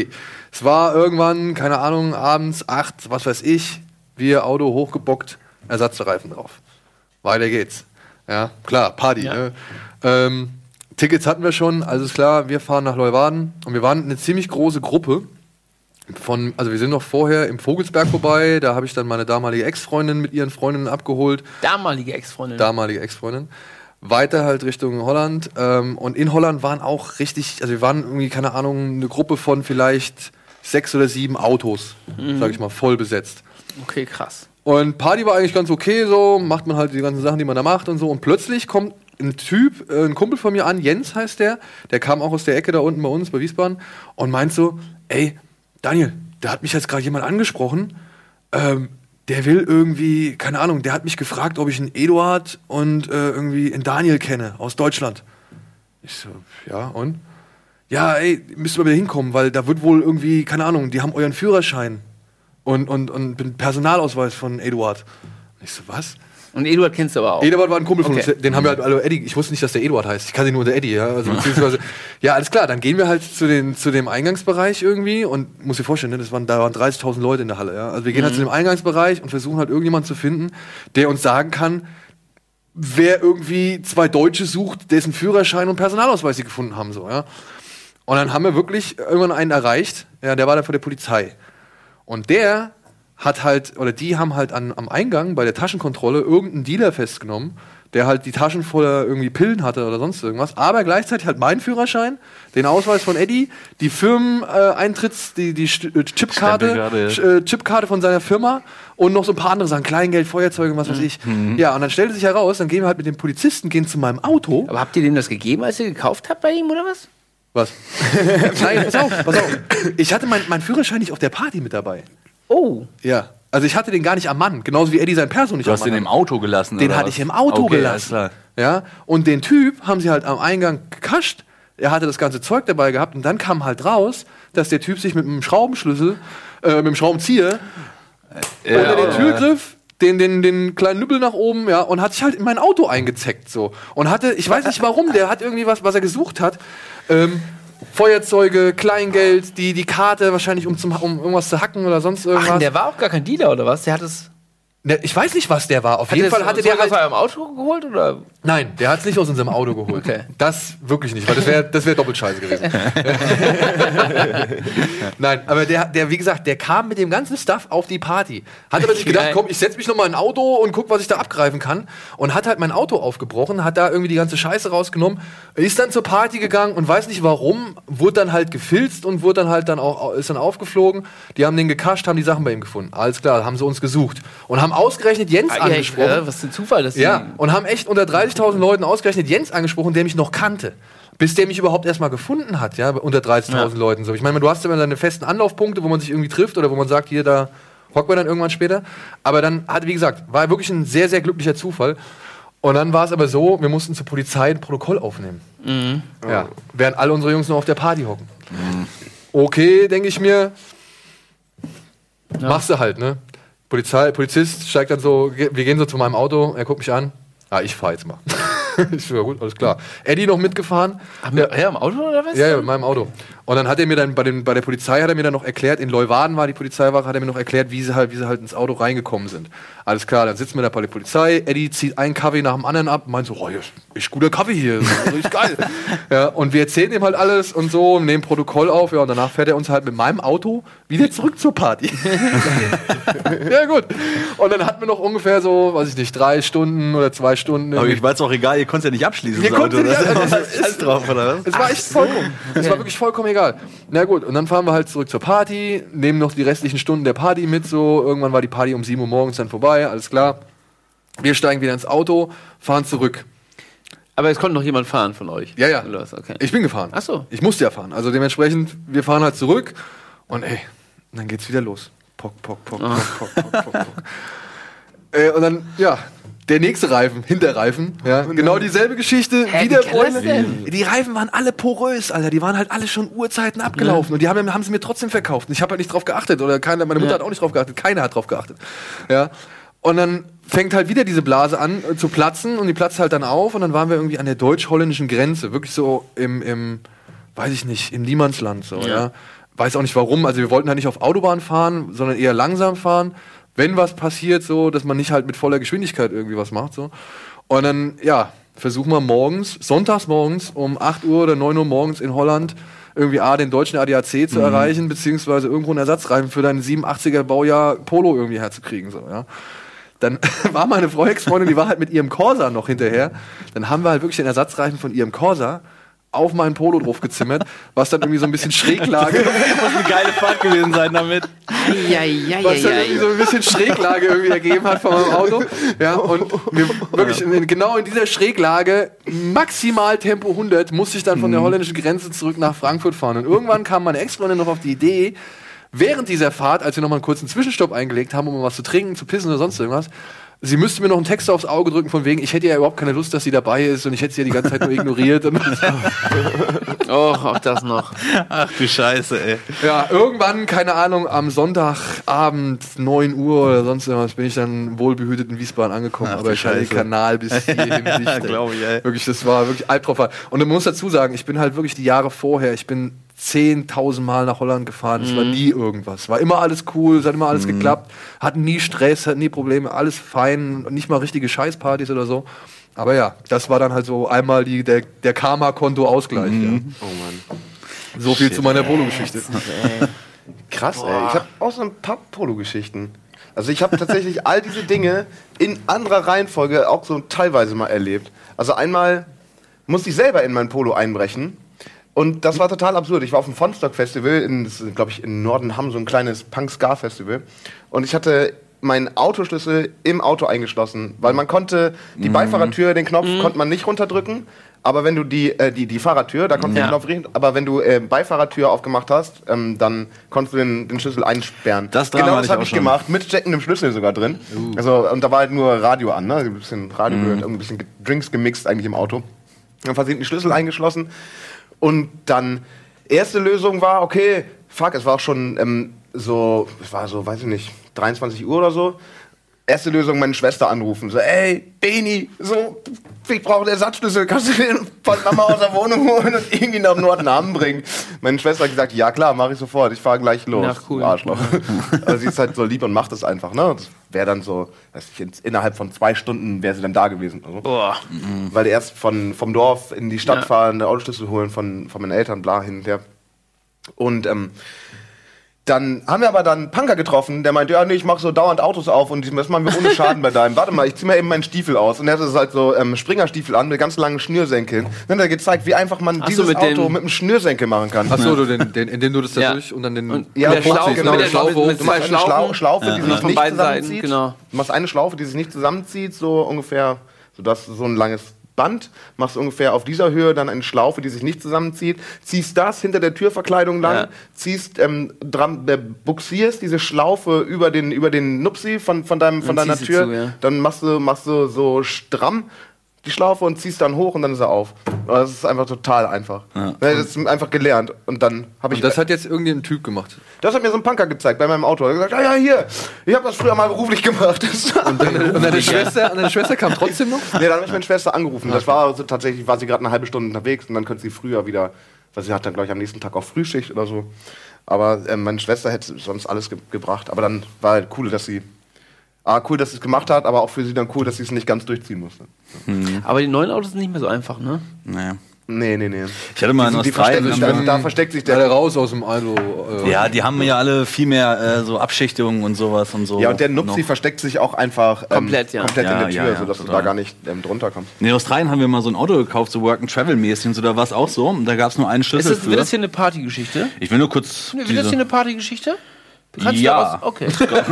Es war irgendwann, keine Ahnung, abends, acht, was weiß ich, wir Auto hochgebockt, Ersatzreifen drauf. Weiter geht's. Ja, klar, Party. Ja. Ne? Ähm, Tickets hatten wir schon, also ist klar, wir fahren nach Leeuwarden und wir waren eine ziemlich große Gruppe. Von, also wir sind noch vorher im Vogelsberg vorbei, da habe ich dann meine damalige Ex-Freundin mit ihren Freundinnen abgeholt. Damalige Ex-Freundin. Damalige Ex-Freundin. Weiter halt Richtung Holland. Ähm, und in Holland waren auch richtig, also wir waren irgendwie, keine Ahnung, eine Gruppe von vielleicht sechs oder sieben Autos, mhm. sag ich mal, voll besetzt. Okay, krass. Und Party war eigentlich ganz okay, so, macht man halt die ganzen Sachen, die man da macht und so. Und plötzlich kommt ein Typ, äh, ein Kumpel von mir an, Jens heißt der, der kam auch aus der Ecke da unten bei uns, bei Wiesbaden, und meint so, ey, Daniel, da hat mich jetzt gerade jemand angesprochen, ähm, der will irgendwie, keine Ahnung, der hat mich gefragt, ob ich einen Eduard und äh, irgendwie einen Daniel kenne, aus Deutschland. Ich so, ja, und? Ja, ey, müsst ihr mal wieder hinkommen, weil da wird wohl irgendwie, keine Ahnung, die haben euren Führerschein und, und, und einen Personalausweis von Eduard. Ich so, was? Und Eduard kennst du aber auch. Eduard war ein Kumpel von Okay. uns, den haben wir halt, also Eddie, ich wusste nicht, dass der Eduard heißt, ich kannte ihn nur unter Eddie, ja, also beziehungsweise, ja, alles klar, dann gehen wir halt zu, den, zu dem Eingangsbereich irgendwie und, muss dir vorstellen, ne, das waren, da waren dreißigtausend Leute in der Halle, ja, also wir gehen Mhm. halt zu dem Eingangsbereich und versuchen halt irgendjemanden zu finden, der uns sagen kann, wer irgendwie zwei Deutsche sucht, dessen Führerschein und Personalausweis sie gefunden haben, so, ja. Und dann haben wir wirklich irgendwann einen erreicht, ja, der war dann von der Polizei. Und der hat halt, oder die haben halt an, am Eingang bei der Taschenkontrolle irgendeinen Dealer festgenommen, der halt die Taschen voller irgendwie Pillen hatte oder sonst irgendwas, aber gleichzeitig halt meinen Führerschein, den Ausweis von Eddie, die Firmeneintritts, die, die St- äh, Chipkarte, Stempelkarte, ja. Sch- äh, Chipkarte von seiner Firma und noch so ein paar andere Sachen, Kleingeld, Feuerzeuge, was weiß ich. Ja, und dann stellte sich heraus, dann gehen wir halt mit dem Polizisten, gehen zu meinem Auto. Aber habt ihr dem das gegeben, als ihr gekauft habt bei ihm, oder was? Was? Nein, pass auf, pass auf. Ich hatte meinen mein Führerschein nicht auf der Party mit dabei. Oh. Ja. Also ich hatte den gar nicht am Mann, genauso wie Eddie sein Perso nicht Du am hast Mann. den im hatte. Auto gelassen, Den oder hatte was? ich im Auto Okay, gelassen. alles klar. Ja, und den Typ haben sie halt am Eingang gekascht. Er hatte das ganze Zeug dabei gehabt und dann kam halt raus, dass der Typ sich mit einem Schraubenschlüssel, äh, mit einem Schraubenzieher Ja, unter den oder- Türgriff den, den, den kleinen Nüppel nach oben, ja, und hat sich halt in mein Auto eingezeckt, so. Und hatte, ich weiß nicht warum, der hat irgendwie was, was er gesucht hat, ähm, Feuerzeuge, Kleingeld, die, die Karte wahrscheinlich, um, zum, um irgendwas zu hacken oder sonst irgendwas. Ach, der war auch gar kein Dealer, oder was? Der hat es. Ne, ich weiß nicht, was der war. Auf Hat jeden der Fall das hatte Zeug der halt... aus eurem Auto geholt, oder? Nein, der hat es nicht aus unserem Auto geholt. Okay. Das wirklich nicht, weil das wäre das wär doppelt scheiße gewesen. Nein, aber der, der, wie gesagt, der kam mit dem ganzen Stuff auf die Party. Hat aber sich gedacht, Geil. komm, ich setz mich noch mal in ein Auto und guck, was ich da abgreifen kann. Und hat halt mein Auto aufgebrochen, hat da irgendwie die ganze Scheiße rausgenommen, ist dann zur Party gegangen und weiß nicht warum, wurde dann halt gefilzt und wurde dann halt dann auch, ist dann aufgeflogen. Die haben den gekascht, haben die Sachen bei ihm gefunden. Alles klar, haben sie uns gesucht. Und haben ausgerechnet Jens Ah, ja, angesprochen. äh, was für ein Zufall, dass Ja, die. und haben echt unter dreißigtausend Leuten ausgerechnet Jens angesprochen, der mich noch kannte. Bis der mich überhaupt erstmal gefunden hat, ja, unter dreißigtausend Ja. Leuten. So. Ich meine, du hast immer deine festen Anlaufpunkte, wo man sich irgendwie trifft oder wo man sagt, hier, da hocken wir dann irgendwann später. Aber dann hat, wie gesagt, war wirklich ein sehr, sehr glücklicher Zufall. Und dann war es aber so, wir mussten zur Polizei ein Protokoll aufnehmen. Mhm. Ja, während alle unsere Jungs noch auf der Party hocken. Okay, denke ich mir, machst du halt, ne? Polizei, Polizist steigt dann so, ge- wir gehen so zu meinem Auto, er guckt mich an. Ah, ich fahr jetzt mal. Ich so, ja gut, alles klar. Eddie noch mitgefahren. Ach, mit, ja, im Auto, oder was? Ja, ja, mit meinem Auto. Und dann hat er mir dann bei, den, bei der Polizei hat er mir dann noch erklärt, in Leeuwarden war die Polizeiwache, hat er mir noch erklärt, wie sie halt, wie sie halt ins Auto reingekommen sind. Alles klar, dann sitzen wir da bei der Polizei, Eddie zieht einen Kaffee nach dem anderen ab, meint so, oh, hier ist echt guter Kaffee hier, das ist richtig geil. Ja, und wir erzählen ihm halt alles und so, nehmen Protokoll auf, ja, und danach fährt er uns halt mit meinem Auto wieder zurück zur Party. Ja, gut. Und dann hatten wir noch ungefähr so, weiß ich nicht, drei Stunden oder zwei Stunden. Aber ich war jetzt auch egal, ihr konntest ja nicht abschließen. Ihr das konntet Auto. nicht- Das ist also, alles drauf, oder was? Es war echt vollkommen. Es war wirklich vollkommen egal. Na gut, und dann fahren wir halt zurück zur Party, nehmen noch die restlichen Stunden der Party mit, so. Irgendwann war die Party um sieben Uhr morgens dann vorbei, alles klar. Wir steigen wieder ins Auto, fahren zurück. Aber es konnte noch jemand fahren von euch. Ja, ja. Oder was? Okay. Ich bin gefahren. Ach so. Ich musste ja fahren. Also dementsprechend, wir fahren halt zurück und ey, dann geht's wieder los. Pock, pock, pock, Ah. pock, pock, pock, pock, pock. äh, und dann, ja, der nächste Reifen, Hinterreifen, ja, genau dieselbe Geschichte, Hä, wieder wie kann das Bräune. denn? Die Reifen waren alle porös, Alter, die waren halt alle schon Urzeiten abgelaufen und die haben, haben sie mir trotzdem verkauft. Und ich habe halt nicht drauf geachtet oder keiner, meine Mutter Ja. hat auch nicht drauf geachtet, keiner hat drauf geachtet. Ja. Und dann fängt halt wieder diese Blase an äh, zu platzen und die platzt halt dann auf und dann waren wir irgendwie an der deutsch-holländischen Grenze, wirklich so im, im weiß ich nicht, im Niemandsland so, ja. Ja. weiß auch nicht warum. Also wir wollten halt nicht auf Autobahn fahren, sondern eher langsam fahren. Wenn was passiert, so, dass man nicht halt mit voller Geschwindigkeit irgendwie was macht. So. Und dann, ja, versuchen wir morgens, sonntags morgens um acht Uhr oder neun Uhr morgens in Holland irgendwie A, den deutschen A D A C zu mhm. erreichen, beziehungsweise irgendwo einen Ersatzreifen für dein siebenundachtziger Baujahr Polo irgendwie herzukriegen. So, ja. Dann war meine Frau Ex-Freundin, die war halt mit ihrem Corsa noch hinterher. Dann haben wir halt wirklich den Ersatzreifen von ihrem Corsa auf meinen Polo drauf gezimmert, was dann irgendwie so ein bisschen schräg lag. Das muss eine geile Fahrt gewesen sein damit. Ja, ja, was dann irgendwie so ein bisschen Schräglage irgendwie ergeben hat von meinem Auto. Ja, und wir wirklich in, genau in dieser Schräglage, maximal Tempo hundert, musste ich dann von der holländischen Grenze zurück nach Frankfurt fahren. Und irgendwann kam meine Ex-Freundin noch auf die Idee, während dieser Fahrt, als wir noch mal einen kurzen Zwischenstopp eingelegt haben, um mal was zu trinken, zu pissen oder sonst irgendwas, sie müsste mir noch einen Text aufs Auge drücken, von wegen, ich hätte ja überhaupt keine Lust, dass sie dabei ist und ich hätte sie ja die ganze Zeit nur ignoriert. Und oh, auch das noch. Ach du Scheiße, ey. Ja, irgendwann, keine Ahnung, am Sonntagabend, neun Uhr oder sonst irgendwas, bin ich dann wohlbehütet in Wiesbaden angekommen. Ach, aber ich hatte den Kanal bis hierhin ja, dicht. glaube ich, ey. Wirklich, das war wirklich Albtraum. Und man muss dazu sagen, ich bin halt wirklich die Jahre vorher, ich bin zehntausend Mal nach Holland gefahren. Es mhm. war nie irgendwas. War immer alles cool, es hat immer alles mhm. geklappt. Hatten nie Stress, hatten nie Probleme, alles fein. Nicht mal richtige Scheißpartys oder so. Aber ja, das war dann halt so einmal die, der, der Karma-Konto-Ausgleich. Mhm. Ja. Oh Mann. So viel Shit, zu meiner Polo-Geschichte. Krass, Boah. ey. Ich habe auch so ein paar Polo-Geschichten. Also ich habe tatsächlich all diese Dinge in anderer Reihenfolge auch so teilweise mal erlebt. Also einmal musste ich selber in mein Polo einbrechen. Und das war total absurd. Ich war auf dem Fonstock-Festival, in, glaube ich, in Nordenham, so ein kleines Punk-Ska-Festival. Und ich hatte meinen Autoschlüssel im Auto eingeschlossen, weil man konnte, die mm. Beifahrertür, den Knopf mm. konnte man nicht runterdrücken. Aber wenn du die, äh, die, die Fahrertür, da konntest du ja. den Knopf richten, aber wenn du äh, Beifahrertür aufgemacht hast, ähm, dann konntest du den, den Schlüssel einsperren. Das genau das ich habe ich schon. gemacht, mit steckendem Schlüssel sogar drin. Uh. Also, und da war halt nur Radio an, ne? Ein bisschen Radio mm. gehört, ein bisschen Drinks gemixt eigentlich im Auto. Dann versehentlich den Schlüssel eingeschlossen. Und dann, erste Lösung war, okay, fuck, es war auch schon ähm, so, es war so, weiß ich nicht, dreiundzwanzig Uhr oder so. Erste Lösung, meine Schwester anrufen. So, ey, Beni, so, ich brauche einen Ersatzschlüssel, kannst du den von Mama aus der Wohnung holen und irgendwie nach Nordnamen bringen? Meine Schwester hat gesagt, ja klar, mache ich sofort, ich fahre gleich los. Ach, cool. Arschloch. Also sie ist halt so lieb und macht das einfach, ne? Das wäre dann so, weiß ich, innerhalb von zwei Stunden wäre sie dann da gewesen. Also. Boah. Mhm. Weil die erst von, vom Dorf in die Stadt ja. fahren, den Autoschlüssel holen von, von meinen Eltern, bla, hin und her. Und, ähm, dann haben wir aber dann einen Punker getroffen, der meinte, ja, nee, ich mache so dauernd Autos auf und das machen wir ohne Schaden bei deinem. Warte mal, ich zieh mir eben meinen Stiefel aus. Und er hatte halt so ähm, Springerstiefel an mit ganz langen Schnürsenkeln. Dann hat er gezeigt, wie einfach man Ach dieses so, mit Auto den... mit einem Schnürsenkel machen kann. Achso, du, den, den, indem du das da ja. durch und dann den... Und ja, der Schlaufe, genau, mit der Schlaufe. Schlaufe. Du machst eine Schlau Schlaufe, ja. die ja. sich von nicht beiden Seiten, zusammenzieht. genau. Du machst eine Schlaufe, die sich nicht zusammenzieht, so ungefähr, so dass so ein langes Band, machst ungefähr auf dieser Höhe dann eine Schlaufe, die sich nicht zusammenzieht, ziehst das hinter der Türverkleidung lang, ja. ziehst, ähm, dran, äh, buxierst diese Schlaufe über den, über den Nupsi von, von, deinem, von deiner Tür, zu, ja. dann machst du, machst du so stramm die Schlaufe und ziehst dann hoch und dann ist er auf. Das ist einfach total einfach. Ja. Das ist einfach gelernt. Und dann habe ich. Und das hat jetzt irgendein Typ gemacht. Das hat mir so ein Punker gezeigt bei meinem Auto. Er hat gesagt, ja, ja, hier, ich habe das früher mal beruflich gemacht. Und, deine, und deine, Schwester, und deine Schwester kam trotzdem noch? Nee, dann habe ich meine Schwester angerufen. Das war also tatsächlich, war sie gerade eine halbe Stunde unterwegs und dann könnte sie früher wieder, weil sie hat dann, glaube ich, am nächsten Tag auch Frühschicht oder so. Aber äh, meine Schwester hätte sonst alles ge gebracht. Aber dann war halt cool, dass sie Ah, cool, dass sie es gemacht hat, aber auch für sie dann cool, dass sie es nicht ganz durchziehen musste. Mhm. Aber die neuen Autos sind nicht mehr so einfach, ne? Naja. Nee, nee, nee. Ich hatte mal in Australien... Da, da versteckt sich der... Alle raus aus dem Auto. Äh ja, die haben ja alle viel mehr äh, so Abschichtungen und sowas und so. Ja, und der Nupsi versteckt sich auch einfach ähm, komplett, ja. komplett ja, in der Tür, ja, ja, sodass total. du da gar nicht ähm, drunter kommst. In Australien haben wir mal so ein Auto gekauft, so Work-and-Travel-mäßig und so, da war es auch so. Und da gab es nur einen Schlüssel Ist das, für. wird das hier eine Partygeschichte? Ich will nur kurz... Wird das hier eine Partygeschichte? Kannst ja. Du okay.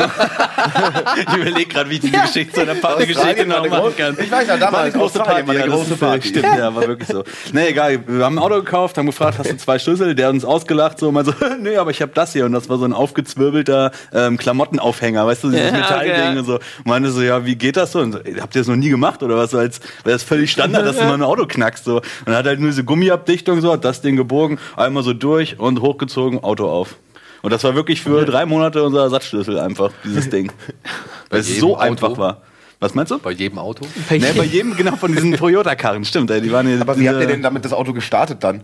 Ich überlege gerade, wie ich diese Geschichte zu einer Partygeschichte noch machen kann. Ich weiß ja, damals eine große Party, eine große Party. Stimmt, ja, war wirklich so. Nee, egal, wir haben ein Auto gekauft, haben gefragt, hast du zwei Schlüssel? Der hat uns ausgelacht, so, und meinte so, nee, aber ich habe das hier. Und das war so ein aufgezwirbelter ähm, Klamottenaufhänger, weißt du, dieses ja, Metallding okay. und so. Und meinte so, ja, wie geht das so? Und so, ey, habt ihr das noch nie gemacht oder was? So, als wäre das völlig Standard, dass du mal ein Auto knackst, so. Und dann hat halt nur diese Gummiabdichtung, so, hat das Ding gebogen, einmal so durch und hochgezogen, Auto auf. Und das war wirklich für drei Monate unser Ersatzschlüssel einfach, dieses Ding. Weil es so Auto? einfach war. Was meinst du? Bei jedem Auto? Nee, bei jedem, genau, von diesen Toyota-Karren, stimmt. Ey, die waren Aber wie habt ihr denn damit das Auto gestartet dann?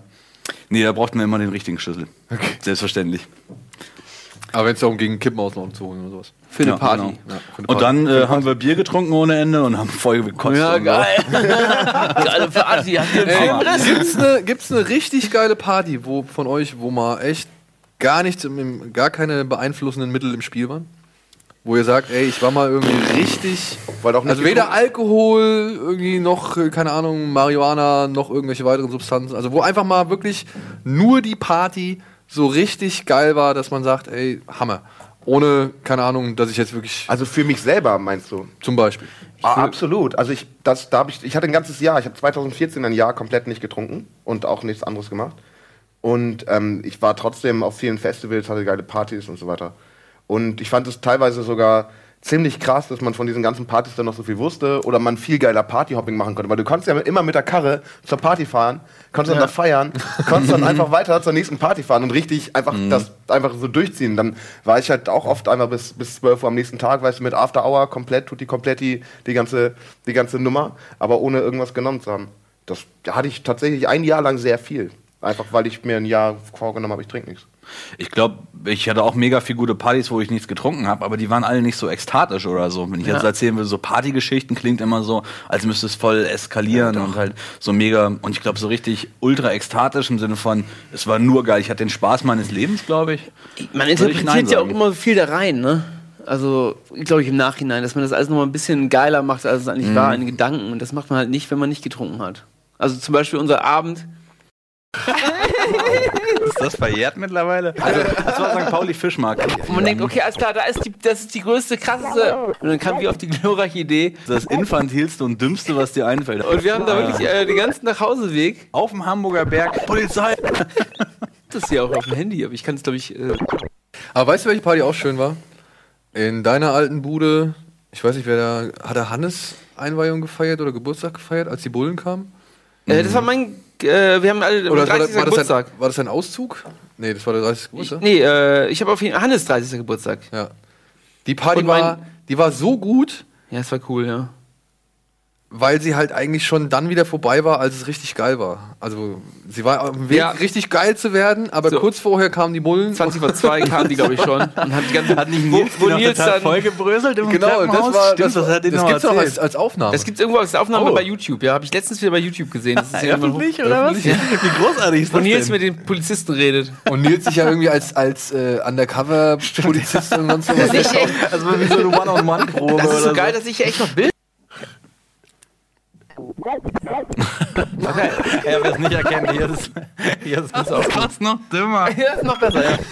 Nee, da brauchten wir immer den richtigen Schlüssel. Okay. Selbstverständlich. Aber wenn es darum ging, Kippen aus Norden zu holen oder sowas. Für eine Ja, Party. genau. Ja, für eine Und dann äh, haben wir Bier getrunken ohne Ende und haben voll gekotzt. Ja, und geil. Geile Party. Habt ihr einen Filmriss? Gibt's eine, gibt's eine richtig geile Party, wo von euch, wo mal echt gar nichts, im, im, gar keine beeinflussenden Mittel im Spiel waren? Wo ihr sagt, ey, ich war mal irgendwie richtig. Weil auch nicht Also weder Alkohol, irgendwie noch, äh, keine Ahnung, Marihuana, noch irgendwelche weiteren Substanzen. Also wo einfach mal wirklich nur die Party so richtig geil war, dass man sagt, ey, Hammer. Ohne, keine Ahnung, dass ich jetzt wirklich. Also für mich selber, meinst du? Zum Beispiel. Ah, absolut. Also ich, das, da hab ich, ich hatte ein ganzes Jahr, ich habe zwanzig vierzehn ein Jahr komplett nicht getrunken und auch nichts anderes gemacht. Und ähm, ich war trotzdem auf vielen Festivals, hatte geile Partys und so weiter. Und ich fand es teilweise sogar ziemlich krass, dass man von diesen ganzen Partys dann noch so viel wusste oder man viel geiler Partyhopping machen konnte. Weil du konntest ja immer mit der Karre zur Party fahren, konntest dann da feiern, konntest dann einfach weiter zur nächsten Party fahren und richtig einfach das einfach so durchziehen. Dann war ich halt auch oft einfach bis, bis zwölf Uhr am nächsten Tag, weißt du, mit After Hour komplett, tutti kompletti, die ganze, die ganze Nummer, aber ohne irgendwas genommen zu haben. Das hatte ich tatsächlich ein Jahr lang sehr viel. Einfach weil ich mir ein Jahr vorgenommen habe, ich trinke nichts. Ich glaube, ich hatte auch mega viel gute Partys, wo ich nichts getrunken habe, aber die waren alle nicht so ekstatisch oder so. Wenn ich jetzt erzählen will, so Partygeschichten klingt immer so, als müsste es voll eskalieren und halt so mega, und ich glaube so richtig ultra ekstatisch im Sinne von, es war nur geil, ich hatte den Spaß meines Lebens, glaube ich. Man Würde ich nein interpretiert ja auch sagen. immer viel da rein, ne? Also, glaube ich, im Nachhinein, dass man das alles nochmal ein bisschen geiler macht, als es eigentlich war, in Gedanken. Und das macht man halt nicht, wenn man nicht getrunken hat. Also zum Beispiel unser Abend. Ist das verjährt mittlerweile? Also, das war Sankt Pauli Fischmarkt. Und man denkt, okay, alles klar, da ist die, das ist die größte, krasseste. Und dann kam wir auf die glorreiche Idee. Das infantilste und dümmste, was dir einfällt. Und wir haben da wirklich äh, den ganzen Nachhauseweg. Auf dem Hamburger Berg, Polizei. Das ist ja auch auf dem Handy, aber ich kann es, glaube ich. Äh Aber weißt du, welche Party auch schön war? In deiner alten Bude, ich weiß nicht, wer da, hat er Hannes Einweihung gefeiert oder Geburtstag gefeiert, als die Bullen kamen? äh, das war mein. Äh, wir haben alle Oder dreißigsten war, das, war, das Geburtstag. ein, war das ein Auszug? Nee, das war der dreißigste Ich, Geburtstag. nee, äh, ich habe auf jeden Fall Hannes dreißigsten Geburtstag. Ja. Die Party Und mein- war, die war so gut, Ja, das war cool, ja. weil sie halt eigentlich schon dann wieder vorbei war, als es richtig geil war. Also sie war auf dem Weg, Ja. richtig geil zu werden, aber So. kurz vorher kamen die Bullen. zwanzig vor zwei kamen die, glaube ich, schon. Und hat die ganze Hat nicht wo, Nils, wo die noch Nils total dann, vollgebröselt im Genau, das Treppenhaus? war Stimmt, das, hat das, ihn noch gibt's auch erzählt. als, als Aufnahme. Das gibt's irgendwo als Aufnahme Oh. bei YouTube, ja. Habe ich letztens wieder bei YouTube gesehen. Das ist irgendwann Öffentlich, hoch- oder was? öffentlich. Wie großartig ist Wo das Nils denn? mit den Polizisten redet. Und Nils sich ja irgendwie als, als äh, Undercover-Polizist und sonst sowas. Das ist echt, Also wie so eine One-on-One-Probe. das ist so oder geil, dass ich hier echt noch Bild. Okay. Ja, wer es nicht erkennt, hier ist, hier ist das auch fast noch dümmer. Ja, das ist noch besser, ja.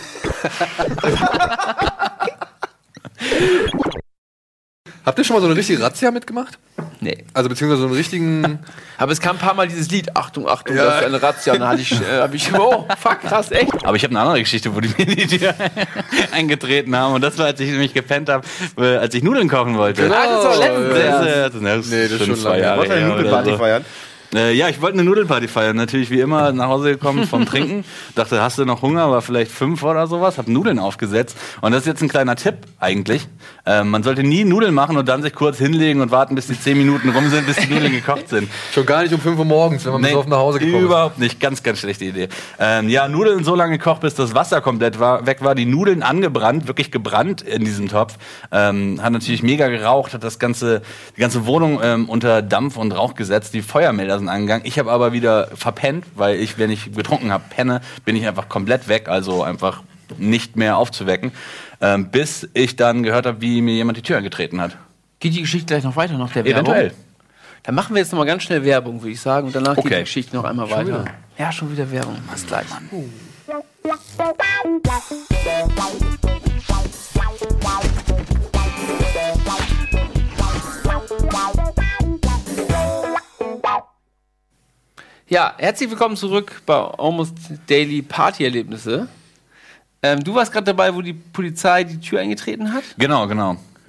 Habt ihr schon mal so eine richtige Razzia mitgemacht? Nee. Also beziehungsweise so einen richtigen. Aber es kam ein paar Mal dieses Lied. Achtung, Achtung, Ja. das ist eine Razzia. Und dann hatte ich, äh, hab ich, oh, fuck, krass, echt. Aber ich habe eine andere Geschichte, wo die mir die Tür eingetreten haben. Und das war, als ich nämlich gepennt habe, äh, als ich Nudeln kochen wollte. Genau. Ah, das war letztens Das ist, erst. äh, das, das Nee, das ist schon zwei lange. Jahre Wolltest du eine her oder Nudelparty so. feiern? Äh, ja, ich wollte eine Nudelparty feiern. Natürlich wie immer nach Hause gekommen vom Trinken. Dachte, hast du noch Hunger? War vielleicht fünf oder sowas. Hab Nudeln aufgesetzt. Und das ist jetzt ein kleiner Tipp eigentlich. Ähm, man sollte nie Nudeln machen und dann sich kurz hinlegen und warten, bis die zehn Minuten rum sind, bis die Nudeln gekocht sind. Schon gar nicht um fünf Uhr morgens, wenn man bis auf nach Hause gekommen überhaupt nicht. Ganz, ganz schlechte Idee. Ähm, ja, Nudeln so lange gekocht, bis das Wasser komplett war, weg war. Die Nudeln angebrannt, wirklich gebrannt in diesem Topf. Ähm, hat natürlich mega geraucht, hat das ganze, die ganze Wohnung ähm, unter Dampf und Rauch gesetzt. Die Feuermelder sind angegangen. Ich habe aber wieder verpennt, weil ich, wenn ich getrunken habe, penne, bin ich einfach komplett weg. Also einfach nicht mehr aufzuwecken. Ähm, bis ich dann gehört habe, wie mir jemand die Tür angetreten hat. Geht die Geschichte gleich noch weiter, noch der Werbung? Eventuell. Dann machen wir jetzt noch mal ganz schnell Werbung, würde ich sagen. Und danach geht Okay. die Geschichte noch einmal weiter. Ja, schon wieder Werbung. Mach's gleich. Ja, herzlich willkommen zurück bei Almost Daily Partyerlebnisse. Ähm, du warst gerade dabei, wo die Polizei die Tür eingetreten hat. Genau, genau.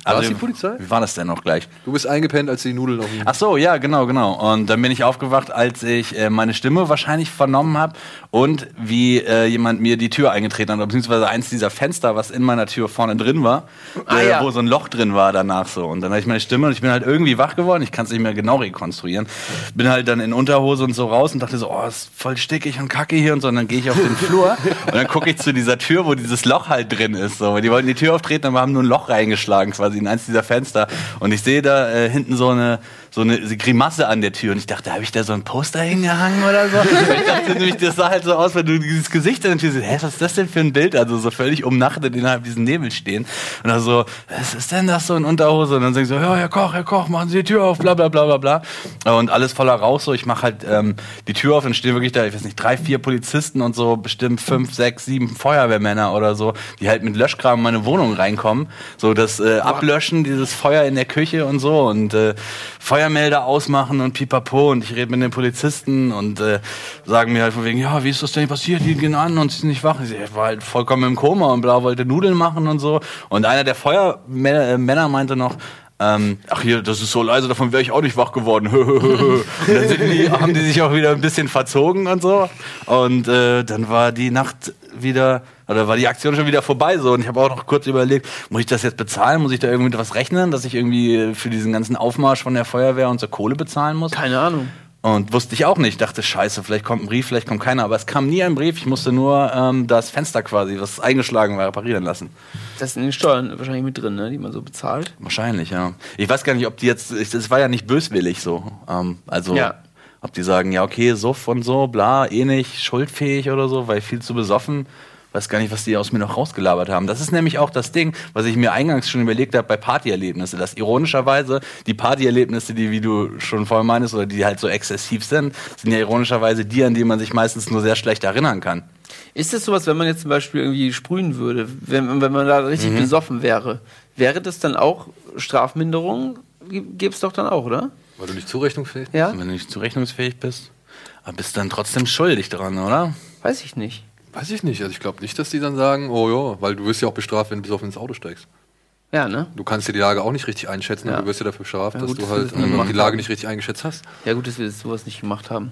War Also, es die Polizei? Wie war das denn noch gleich? Du bist eingepennt, als die Nudeln auf dem... Ach so, ja, genau, genau. Und dann bin ich aufgewacht, als ich äh, meine Stimme wahrscheinlich vernommen habe und wie äh, jemand mir die Tür eingetreten hat, beziehungsweise eins dieser Fenster, was in meiner Tür vorne drin war, Ah, äh, ja. wo so ein Loch drin war danach so. Und dann hatte ich meine Stimme und ich bin halt irgendwie wach geworden. Ich kann es nicht mehr genau rekonstruieren. Bin halt dann in Unterhose und so raus und dachte so, oh, ist voll stickig und kacke hier und so. Und dann gehe ich auf den Flur und dann gucke ich zu dieser Tür, wo dieses Loch halt drin ist. So. Die wollten die Tür auftreten, aber haben nur ein Loch reingeschlagen, quasi in eins dieser Fenster. Und ich sehe da äh, hinten so eine, so eine Grimasse an der Tür. Und ich dachte, habe ich da so ein Poster hingehangen oder so? Ich dachte nämlich, das sah halt so aus, wenn du dieses Gesicht an der Tür siehst. Hä, was ist das denn für ein Bild? Also so völlig umnachtet innerhalb diesen Nebel stehen. Und dann so, was ist denn das so in Unterhose? Und dann sagen sie so, ja, Herr Koch, Herr Koch, machen Sie die Tür auf, bla bla bla bla bla. Und alles voller Rauch so. Ich mache halt ähm, die Tür auf und stehen wirklich da, ich weiß nicht, drei, vier Polizisten und so, bestimmt fünf, sechs, sieben Feuerwehrmänner oder so, die halt mit Löschkram in meine Wohnung reinkommen. So das äh, Ablöschen, dieses Feuer in der Küche und so und äh, Feuermelder ausmachen und pipapo und ich rede mit den Polizisten und äh, sagen mir halt von wegen, ja, wie ist das denn passiert? Die gehen an und sie sind nicht wach. Ich, sag, ich war halt vollkommen im Koma und bla, wollte Nudeln machen und so. Und einer der Feuermänner meinte noch, Ähm, ach hier, das ist so leise, davon wäre ich auch nicht wach geworden. Und dann sind die, haben die sich auch wieder ein bisschen verzogen und so. Und äh, dann war die Nacht wieder, oder war die Aktion schon wieder vorbei so. Und ich habe auch noch kurz überlegt, muss ich das jetzt bezahlen? Muss ich da irgendwie was rechnen, dass ich irgendwie für diesen ganzen Aufmarsch von der Feuerwehr und so Kohle bezahlen muss? Keine Ahnung. Und wusste ich auch nicht. Dachte, scheiße, vielleicht kommt ein Brief, vielleicht kommt keiner. Aber es kam nie ein Brief. Ich musste nur ähm, das Fenster quasi, was eingeschlagen war, reparieren lassen. Das ist in den Steuern wahrscheinlich mit drin, ne? Die man so bezahlt. Wahrscheinlich, ja. Ich weiß gar nicht, ob die jetzt, es war ja nicht böswillig so. Ähm, also, Ja. ob die sagen, ja, okay, Suff und so, bla, eh nicht schuldfähig oder so, weil viel zu besoffen. Weiß gar nicht, was die aus mir noch rausgelabert haben. Das ist nämlich auch das Ding, was ich mir eingangs schon überlegt habe bei Partyerlebnissen. Dass ironischerweise die Partyerlebnisse, die, wie du schon vorhin meinst, oder die halt so exzessiv sind, sind ja ironischerweise die, an die man sich meistens nur sehr schlecht erinnern kann. Ist das sowas, wenn man jetzt zum Beispiel irgendwie sprühen würde, wenn, wenn man da richtig Mhm. besoffen wäre, wäre das dann auch Strafminderung? Gäbe es doch dann auch, oder? Weil du nicht zurechnungsfähig bist? Ja? Und wenn du nicht zurechnungsfähig bist, aber bist dann trotzdem schuldig dran, oder? Weiß ich nicht. Weiß ich nicht. Also ich glaube nicht, dass die dann sagen, oh ja, weil du wirst ja auch bestraft, wenn du besoffen ins Auto steigst. Ja, ne? Du kannst dir die Lage auch nicht richtig einschätzen, Ja. aber du wirst ja dafür bestraft, Ja, dass gut, du dass wir halt das nie ähm, gemacht die Lage haben. nicht richtig eingeschätzt hast. Ja gut, dass wir sowas nicht gemacht haben.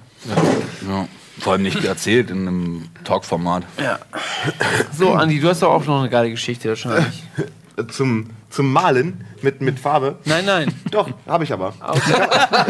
Ja. Vor allem nicht erzählt in einem Talkformat. Ja. So, Andi, du hast doch auch noch eine geile Geschichte wahrscheinlich. Zum, zum Malen mit, mit Farbe. Nein, nein. Doch, habe ich aber. Okay.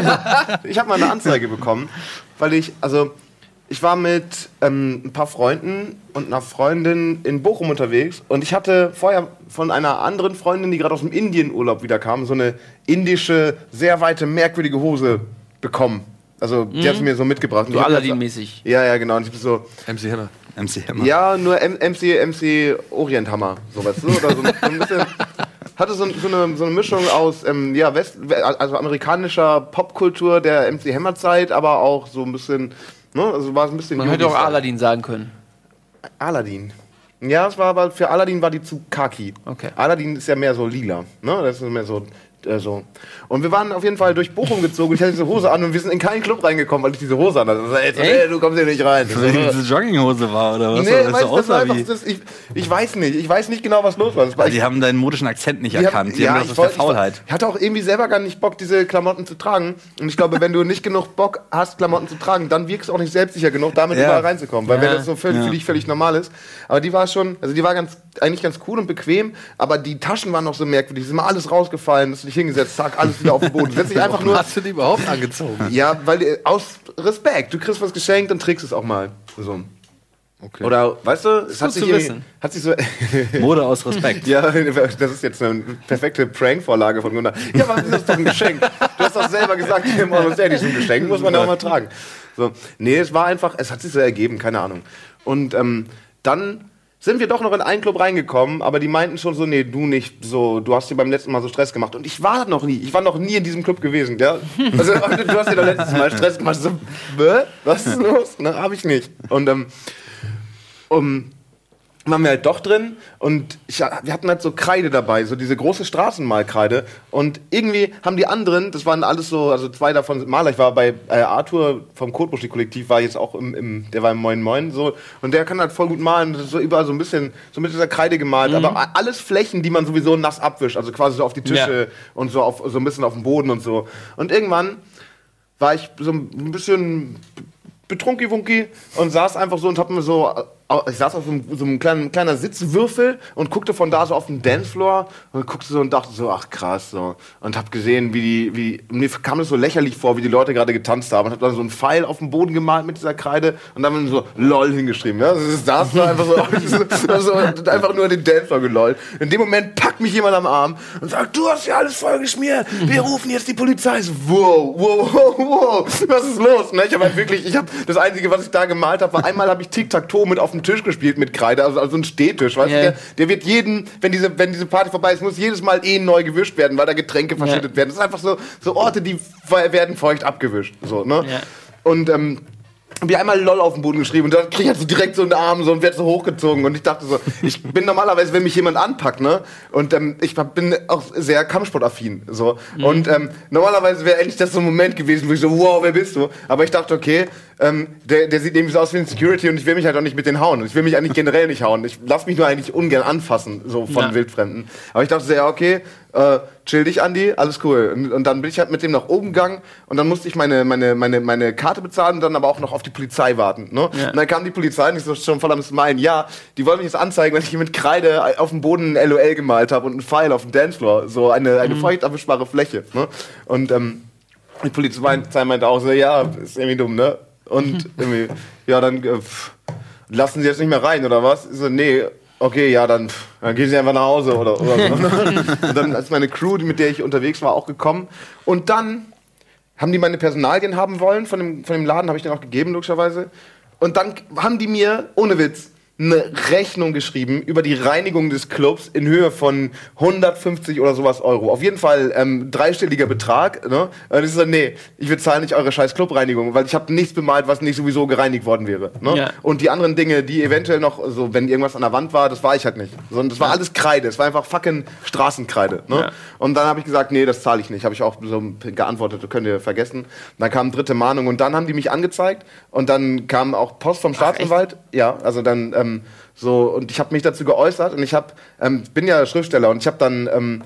Ich habe mal eine Anzeige bekommen, weil ich, also ich war mit ähm, ein paar Freunden und einer Freundin in Bochum unterwegs und ich hatte vorher von einer anderen Freundin, die gerade aus dem Indienurlaub wieder kam, so eine indische, sehr weite, merkwürdige Hose bekommen. Also die hat sie mir so mitgebracht. Und So ich hab das- Aladdin-mäßig. Ja, ja, genau. Und ich bin so, M C Hammer. M C Hammer. ja, nur M- MC, M C Orienthammer, sowas. So, oder so, so ein bisschen, hatte so, so, eine, so eine Mischung aus ähm, ja, West, also amerikanischer Popkultur der M C Hammer Zeit, aber auch so ein bisschen, ne, also war es ein bisschen Man hätte auch Yogi-Style. Aladdin sagen können. Aladdin. Ja, es war aber für Aladdin war die zu khaki. Okay. Aladdin ist ja mehr so lila, ne? Das ist mehr so äh, so. Und wir waren auf jeden Fall durch Bochum gezogen. Ich hatte diese Hose an und wir sind in keinen Club reingekommen, weil ich diese Hose an hatte. Also, ey, so, Echt? ey, du kommst hier nicht rein. Weil die diese Jogginghose war, oder was? Nee, Oder weißt, so das war aussah einfach, wie? das, ich, ich weiß nicht. Ich weiß nicht genau, was los war. Das war Ja, die haben deinen modischen Akzent nicht Die erkannt. Die ja, haben das ich aus der wollte- ich Faulheit. wollte- Ich hatte auch irgendwie selber gar nicht Bock, diese Klamotten zu tragen. Und ich glaube, wenn du nicht genug Bock hast, Klamotten zu tragen, dann wirkst du auch nicht selbstsicher genug, damit Ja. überall reinzukommen. Weil Ja. wenn das so völlig, Ja. für dich völlig normal ist. Aber die war schon, also die war ganz, eigentlich ganz cool und bequem, aber die Taschen waren noch so merkwürdig. Es ist immer alles rausgefallen, hast du dich hingesetzt, zack, alles wieder auf den Boden. Setz dich einfach nur. Hast du die überhaupt angezogen? Ja, weil äh, aus Respekt. Du kriegst was geschenkt, dann trägst du es auch mal. So. Okay. Oder, weißt du, es hat gut sich, zu irgendwie- wissen. hat sich so. Mode aus Respekt. Ja, das ist jetzt eine perfekte Prank-Vorlage von Gunnar. Ja, aber das ist doch ein Geschenk. Du hast doch selber gesagt, das ist ja nicht so ein Geschenk, muss man ja auch mal tragen. So. Nee, es war einfach, es hat sich so ergeben, keine Ahnung. Und ähm, dann sind wir doch noch in einen Club reingekommen, aber die meinten schon so, nee, du nicht, so, du hast dir beim letzten Mal so Stress gemacht. Und ich war noch nie, ich war noch nie in diesem Club gewesen, ja. Also, du hast dir doch letztes Mal Stress gemacht, so, bäh, was ist los? Na, hab ich nicht. Und, ähm, um, waren wir halt doch drin und ich, wir hatten halt so Kreide dabei, so diese große Straßenmalkreide und irgendwie haben die anderen, das waren alles so, also zwei davon sind Maler, ich war bei äh, Arthur vom Kotbuschli-Kollektiv, war jetzt auch im, im, der war im Moin Moin so und der kann halt voll gut malen, das ist so überall so ein bisschen, so mit dieser Kreide gemalt, mhm. aber alles Flächen, die man sowieso nass abwischt, also quasi so auf die Tische ja. und so, auf, so ein bisschen auf dem Boden und so und irgendwann war ich so ein bisschen betrunki-wunki und saß einfach so und hab mir so ich saß auf so einem, so einem kleinen kleiner Sitzwürfel und guckte von da so auf den Dancefloor und guckte so und dachte so, ach krass, so. Und hab gesehen, wie die, wie, mir kam das so lächerlich vor, wie die Leute gerade getanzt haben und hab dann so einen Pfeil auf dem Boden gemalt mit dieser Kreide und dann so LOL hingeschrieben, ja. Das saß da einfach so, so einfach nur den Dancefloor gelollt. In dem Moment packt mich jemand am Arm und sagt, du hast ja alles voll geschmiert, wir rufen jetzt die Polizei. So, wow, wow, wow, wow, was ist los? Ne? Ich hab halt wirklich, ich hab, das Einzige, was ich da gemalt habe, war einmal habe ich Tic-Tac-Toe mit auf dem Tisch gespielt mit Kreide, also, also ein Stehtisch, weißt yeah. du, der, der wird jeden, wenn diese, wenn diese Party vorbei ist, muss jedes Mal eh neu gewischt werden, weil da Getränke verschüttet yeah. werden. Das ist einfach so, so Orte, die werden feucht abgewischt, so, ne? Yeah. Und, ähm, hab ich einmal LOL auf den Boden geschrieben und dann krieg ich halt so direkt so einen Arm so und werd so hochgezogen und ich dachte so, ich bin normalerweise, wenn mich jemand anpackt, ne, und ähm, ich bin auch sehr kampfsportaffin, so, mhm. und ähm, normalerweise wäre endlich das so ein Moment gewesen, wo ich so, wow, wer bist du? Aber ich dachte, okay, ähm, der, der sieht irgendwie so aus wie ein Security und ich will mich halt auch nicht mit denen hauen und ich will mich eigentlich generell nicht hauen, ich lass mich nur eigentlich ungern anfassen, so von ja. Wildfremden. Aber ich dachte so, ja, okay, äh, chill dich, Andi, alles cool. Und, und dann bin ich halt mit dem nach oben gegangen und dann musste ich meine, meine, meine, meine Karte bezahlen und dann aber auch noch auf die Polizei warten. Ne? Ja. Und dann kam die Polizei und ich so schon voll am Smilen. Ja, die wollen mich jetzt anzeigen, wenn ich hier mit Kreide auf dem Boden ein L O L gemalt habe und einen Pfeil auf dem Dancefloor. So eine, eine mhm. feucht abwischbare Fläche. Ne? Und ähm, die Polizei meinte auch so, ja, ist irgendwie dumm, ne? Und irgendwie, ja, dann äh, pff, lassen sie jetzt nicht mehr rein, oder was? Ich so, nee. Okay, ja, dann, dann gehen sie einfach nach Hause oder, oder so. Und dann ist meine Crew, mit der ich unterwegs war, auch gekommen. Und dann haben die meine Personalien haben wollen von dem, von dem Laden, habe ich denen auch gegeben, logischerweise. Und dann haben die mir, ohne Witz, eine Rechnung geschrieben über die Reinigung des Clubs in Höhe von hundertfünfzig oder sowas Euro. Auf jeden Fall ähm, dreistelliger Betrag. Ne? Und ich so, nee, ich bezahle nicht eure scheiß Clubreinigung, weil ich habe nichts bemalt, was nicht sowieso gereinigt worden wäre. Ne? Ja. Und die anderen Dinge, die eventuell noch, so wenn irgendwas an der Wand war, das war ich halt nicht. Sondern das war ja. alles Kreide, es war einfach fucking Straßenkreide. Ne? Ja. Und dann habe ich gesagt, nee, das zahle ich nicht. Habe ich auch so geantwortet, das könnt ihr vergessen. Und dann kam dritte Mahnung und dann haben die mich angezeigt und dann kam auch Post vom Staatsanwalt. Ach, ja, also dann ähm, so, und ich habe mich dazu geäußert und ich hab, ähm, bin ja Schriftsteller und ich habe dann ähm,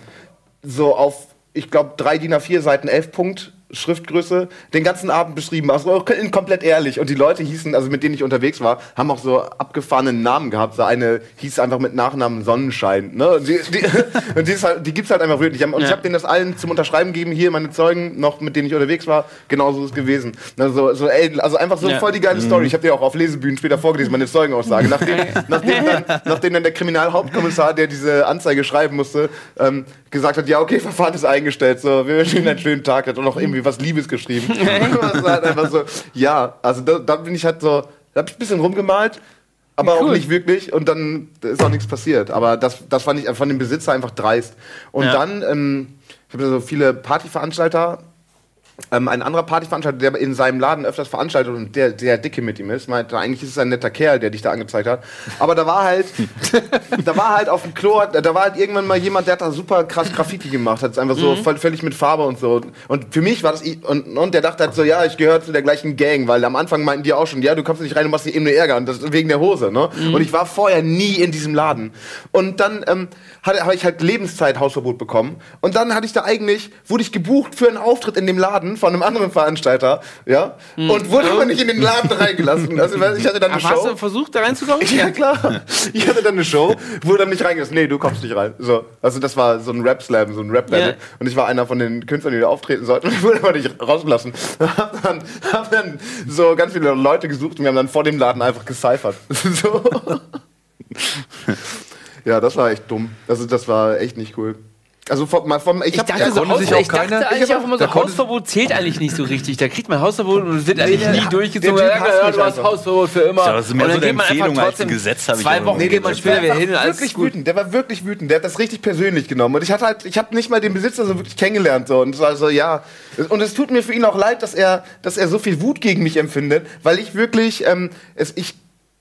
so auf, ich glaube, drei D I N A vier Seiten, elf Punkt Schriftgröße, den ganzen Abend beschrieben, also komplett ehrlich. Und die Leute hießen, also mit denen ich unterwegs war, haben auch so abgefahrenen Namen gehabt. So eine hieß einfach mit Nachnamen Sonnenschein. Ne? Und die, die, und die, ist halt, die gibt's halt einfach wirklich. Und ja. ich habe denen das allen zum Unterschreiben gegeben, hier meine Zeugen, noch mit denen ich unterwegs war, genauso ist es gewesen. Also, so, ey, also einfach so ja. voll die geile mhm. Story. Ich habe dir auch auf Lesebühnen später vorgelesen, meine Zeugenaussage. Nachdem, nachdem, dann, nachdem dann der Kriminalhauptkommissar, der diese Anzeige schreiben musste, ähm, gesagt hat, ja okay, Verfahren ist eingestellt, so, wir wünschen Ihnen einen schönen Tag, hat auch noch irgendwie was Liebes geschrieben. Das war halt einfach so, ja, also da, da bin ich halt so, da hab ich ein bisschen rumgemalt, aber cool. auch nicht wirklich und dann ist auch nichts passiert. Aber das, das fand ich von dem Besitzer einfach dreist. Und ja. dann, ähm, ich habe so viele Partyveranstalter, Ähm, ein anderer Partyveranstalter, der in seinem Laden öfters veranstaltet und der sehr dicke mit ihm ist, meinte, eigentlich ist es ein netter Kerl, der dich da angezeigt hat. Aber da war halt, da war halt auf dem Klo, da war halt irgendwann mal jemand, der hat da super krass Graffiti gemacht, hat es einfach so mhm. voll, völlig mit Farbe und so. Und für mich war das, und, und der dachte halt so, ja, ich gehöre zu der gleichen Gang, weil am Anfang meinten die auch schon, ja, du kommst nicht rein, du machst dich eben nur Ärger und das ist wegen der Hose, ne? Mhm. Und ich war vorher nie in diesem Laden. Und dann ähm, habe ich halt Lebenszeit Hausverbot bekommen. Und dann hatte ich da eigentlich, wurde ich gebucht für einen Auftritt in dem Laden von einem anderen Veranstalter, ja, hm. und wurde aber nicht in den Laden reingelassen. Also ich hatte dann eine aber Show. Hast du versucht, da reinzukommen? Ja, klar. Ich hatte dann eine Show, wurde dann nicht reingelassen. Nee, du kommst nicht rein. So, also das war so ein Rap-Slam, so ein Rap-Battle. Ja. Und ich war einer von den Künstlern, die da auftreten sollten. Und ich wurde aber nicht rausgelassen. Hab dann, hab dann so ganz viele Leute gesucht und wir haben dann vor dem Laden einfach gecyphert. So. Ja, das war echt dumm. Also das war echt nicht cool. Also vom, vom, ich, ich hab, dachte, so Haus, sich auch ich keiner, dachte eigentlich ich auch immer so, Hausverbot zählt eigentlich nicht so richtig. Da kriegt man Hausverbot und es wird eigentlich der, nie durchgezogen. Der Ja, ja, du hast Hausverbot für immer. Das ist mehr und so dann eine geht man Empfehlung einfach als ein trotzdem Gesetz, habe ich zwei Wochen nee, geht man später wieder hin und alles wirklich gut. wütend. Der war wirklich wütend. Der hat das richtig persönlich genommen. Und ich hatte halt, ich habe nicht mal den Besitzer so wirklich kennengelernt. So. Und es war so, ja. Und es tut mir für ihn auch leid, dass er, dass er so viel Wut gegen mich empfindet, weil ich wirklich, ähm, es, ich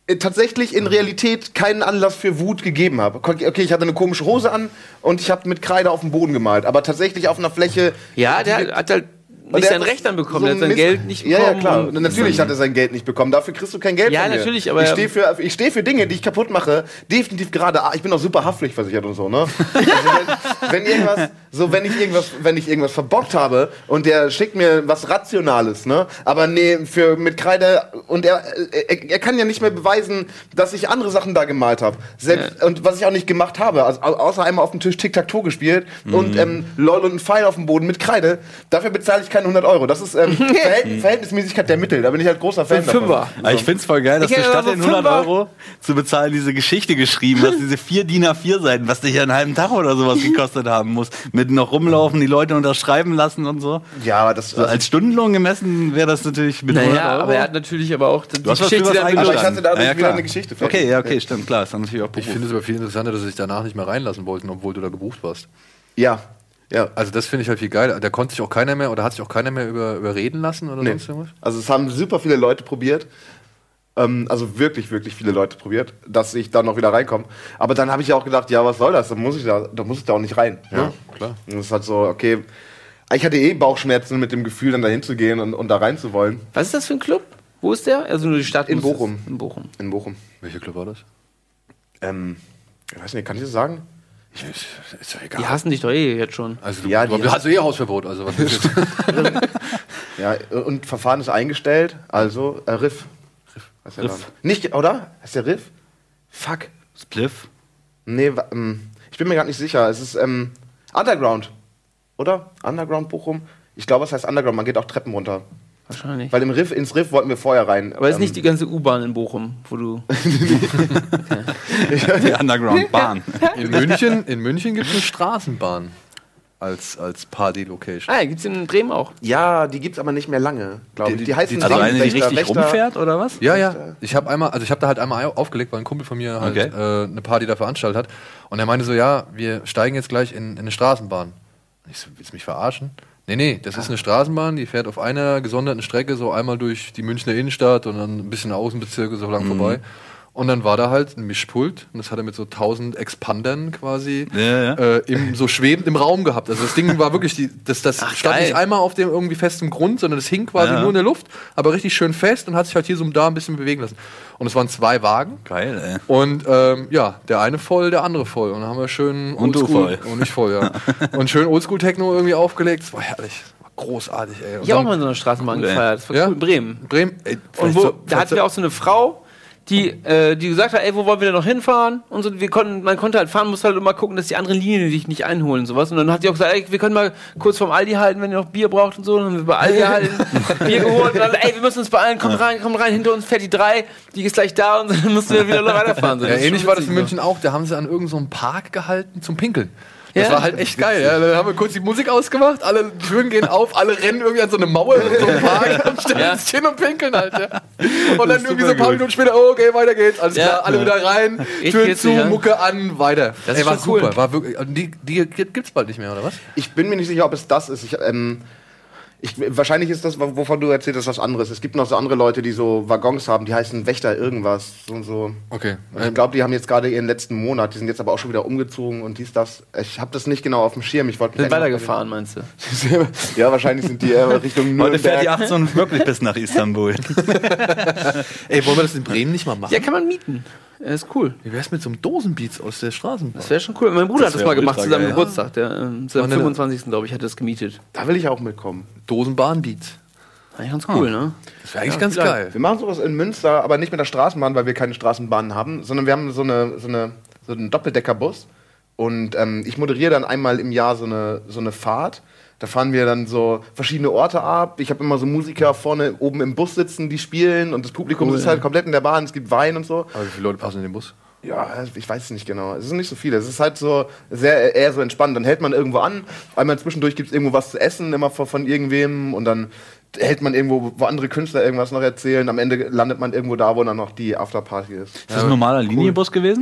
äh, tatsächlich in Realität keinen Anlass für Wut gegeben habe. Okay, ich hatte eine komische Hose an und ich habe mit Kreide auf den Boden gemalt, aber tatsächlich auf einer Fläche. Ja, der hat halt nicht sein Recht dann bekommen, so der hat sein Mist- Geld nicht Ja, bekommen. ja, klar. und- Und natürlich hat er sein Geld nicht bekommen. Dafür kriegst du kein Geld Ja, von mir. natürlich, aber- Ich stehe für, ich steh für Dinge, die ich kaputt mache, definitiv gerade. Ich bin auch super haftpflichtversichert und so, ne? Also wenn, wenn irgendwas, so wenn ich irgendwas, wenn ich irgendwas verbockt habe und der schickt mir was Rationales, ne? Aber nee, für mit Kreide und er, er, er kann ja nicht mehr beweisen, dass ich andere Sachen da gemalt habe. Selbst und was ich auch nicht gemacht habe, also au- außer einmal auf dem Tisch Tic-Tac-Toe gespielt und ähm, LOL und ein Pfeil auf dem Boden mit Kreide. Dafür bezahle ich keine hundert Euro. Das ist ähm, Verhält Verhältnismäßigkeit der Mittel. Da bin ich halt großer Fan Ein Fünfer. Aber ich find's voll geil, dass Ich du hätte statt so den hundert Fünfer- Euro zu bezahlen diese Geschichte geschrieben hast, diese vier D I N A vier Seiten, was dich ja einen halben Tag oder sowas gekostet haben muss. Mit noch rumlaufen, die Leute unterschreiben lassen und so. Ja, aber das So als Stundenlohn gemessen wäre das natürlich mit hundert Naja, Euro. aber er hat natürlich aber auch die Du hast was für was dann eingestanden. Aber ich hatte dadurch Ja, ja, wieder klar. eine Geschichte fertig. Okay, ja, okay, stimmt, klar. Ist dann natürlich auch Ich Beruf. finde es aber viel interessanter, dass sie sich danach nicht mehr reinlassen wollten, obwohl du da gebucht warst. Ja, ja. Also das finde ich halt viel geiler. Da konnte sich auch keiner mehr, oder hat sich auch keiner mehr über, überreden lassen oder Nee. sonst irgendwas? Also es haben super viele Leute probiert. Ähm, also wirklich, wirklich viele Leute probiert, dass ich da noch wieder reinkomme. Aber dann habe ich auch gedacht, ja, was soll das? Da muss ich da, da muss ich da auch nicht rein. Ja, ne? klar. Und es ist halt so, okay. Ich hatte eh Bauchschmerzen mit dem Gefühl, dann dahin zu gehen und, und da rein zu wollen. Was ist das für ein Club? Wo ist der? Also nur die Stadt? In muss es- Bochum. In Bochum. In Bochum. Welcher Club war das? Ähm, ich weiß nicht, kann ich das sagen? Ist ja Die hassen dich doch eh jetzt schon. Also du, Ja, du, die- du hast eh Hausverbot, also was ist jetzt? Ja, und Verfahren ist eingestellt, also äh, Riff. Riff. Was ist der Riff. Name? Nicht, oder? Ist der Riff? Fuck. Spliff. Nee, wa- ähm, ich bin mir gerade nicht sicher. Es ist ähm, Underground, oder? Underground Bochum? Ich glaube, es heißt Underground. Man geht auch Treppen runter. Wahrscheinlich. Weil im Riff, ins Riff wollten wir vorher rein. aber es ist Ähm, nicht die ganze U-Bahn in Bochum, wo du. Die Underground-Bahn. In München, in München gibt es eine Straßenbahn als, als Party-Location. Ah, ja, gibt's in Bremen auch. Ja, die gibt's aber nicht mehr lange, glaube ich. Die- Die, die- heißen die- Also Wächter- eine, die richtig Wächter- rumfährt, oder was? Ja, ja. Ich habe einmal, also ich habe da halt einmal aufgelegt, weil ein Kumpel von mir halt Okay. äh, eine Party da veranstaltet hat. Und er meinte so, ja, wir steigen jetzt gleich in, in eine Straßenbahn. Und ich so, willst du mich verarschen? Nee, nee, das ist eine Straßenbahn, die fährt auf einer gesonderten Strecke so einmal durch die Münchner Innenstadt und dann ein bisschen Außenbezirke so lang vorbei. Und dann war da halt ein Mischpult und das hat er mit so tausend Expandern quasi Ja, ja. Äh, im, so schwebend im Raum gehabt. Also das Ding war wirklich, die, das, das Ach, stand geil. nicht einmal auf dem irgendwie festem Grund, sondern das hing quasi Ja. nur in der Luft, aber richtig schön fest und hat sich halt hier so da ein bisschen bewegen lassen. Und es waren zwei Wagen. Geil, ey. Und ähm, ja, der eine voll, der andere voll. Und dann haben wir schön Und du Oldschool- voll. Und ich voll, ja. Und schön Oldschool-Techno irgendwie aufgelegt. Das war herrlich. Das war großartig, ey. Und Ich habe auch dann- mal in so einer Straßenbahn Cool, ey. gefeiert. Das war Ja? cool in Bremen. Bremen, ey, Und vielleicht wo, so- da vielleicht hatten wir auch so eine Frau, die, äh, die gesagt hat, ey, wo wollen wir denn noch hinfahren? Und so, wir konnten, man konnte halt fahren, musste halt immer gucken, dass die anderen Linien dich nicht einholen und sowas. Und dann hat sie auch gesagt, ey, wir können mal kurz vorm Aldi halten, wenn ihr noch Bier braucht und so. Dann haben wir bei Aldi gehalten, Bier geholt und dann, ey, wir müssen uns beeilen, komm rein, komm rein, hinter uns fährt die drei, die ist gleich da und dann mussten wir wieder weiterfahren. So, Ja, das ist ähnlich schon war das in witzig, München auch. Da haben sie an irgendeinem so einem Park gehalten zum Pinkeln. Das Ja. war halt echt geil. Ja. Dann haben wir kurz die Musik ausgemacht, alle Türen gehen auf, alle rennen irgendwie an so eine Mauer in so einem Park und stellen Ja. sich hin und pinkeln halt. Ja. Und dann ist irgendwie so ein super paar gut. Minuten später, oh, okay, weiter geht's. Alles Ja. klar, alle Ja. wieder rein, Richtig Türen witzig, zu, ja. Mucke an, weiter. Das Ey, ist war schon cool. super. War wirklich, also die, die gibt's bald nicht mehr, oder was? Ich bin mir nicht sicher, ob es das ist. Ich, ähm, ich, wahrscheinlich ist das, wovon du erzählt hast, was anderes. Es gibt noch so andere Leute, die so Waggons haben, die heißen Wächter irgendwas. So, und so. Okay. Ich glaube, die haben jetzt gerade ihren letzten Monat. Die sind jetzt aber auch schon wieder umgezogen und dies, das. Ich habe das nicht genau auf dem Schirm. Ich wollte Sind weitergefahren, meinst du? Ja, wahrscheinlich sind die äh, Richtung Heute fährt die Nürnberg. achtzehn wirklich bis nach Istanbul. Ey, wollen wir das in Bremen nicht mal machen? Ja, kann man mieten. Ja, ist cool. Wie wär's mit so einem Dosenbeats aus der Straßenbahn? Das wäre schon cool. Mein Bruder Das hat das wär mal gemacht ultra zu seinem geil. Geburtstag. Der, ähm, zu seinem Wann denn? fünfundzwanzigsten glaube ich, hat er das gemietet. Da will ich auch mitkommen. Dosenbahnbeats. Eigentlich ganz cool, ne? Das wäre eigentlich ganz vielleicht. geil. Wir machen sowas in Münster, aber nicht mit der Straßenbahn, weil wir keine Straßenbahnen haben, sondern wir haben so, eine, so, eine, so einen Doppeldeckerbus. Und ähm, ich moderiere dann einmal im Jahr so eine, so eine Fahrt. Da fahren wir dann so verschiedene Orte ab. Ich habe immer so Musiker vorne oben im Bus sitzen, die spielen. Und das Publikum Cool, sitzt ja. halt komplett in der Bahn. Es gibt Wein und so. Aber wie viele Leute passen in den Bus? Ja, ich weiß es nicht genau. Es sind nicht so viele. Es ist halt so sehr eher so entspannt. Dann hält man irgendwo an. Einmal zwischendurch gibt es irgendwo was zu essen, immer von, von irgendwem. Und dann hält man irgendwo, wo andere Künstler irgendwas noch erzählen. Am Ende landet man irgendwo da, wo dann noch die Afterparty ist. Ist das ein normaler Linienbus gewesen?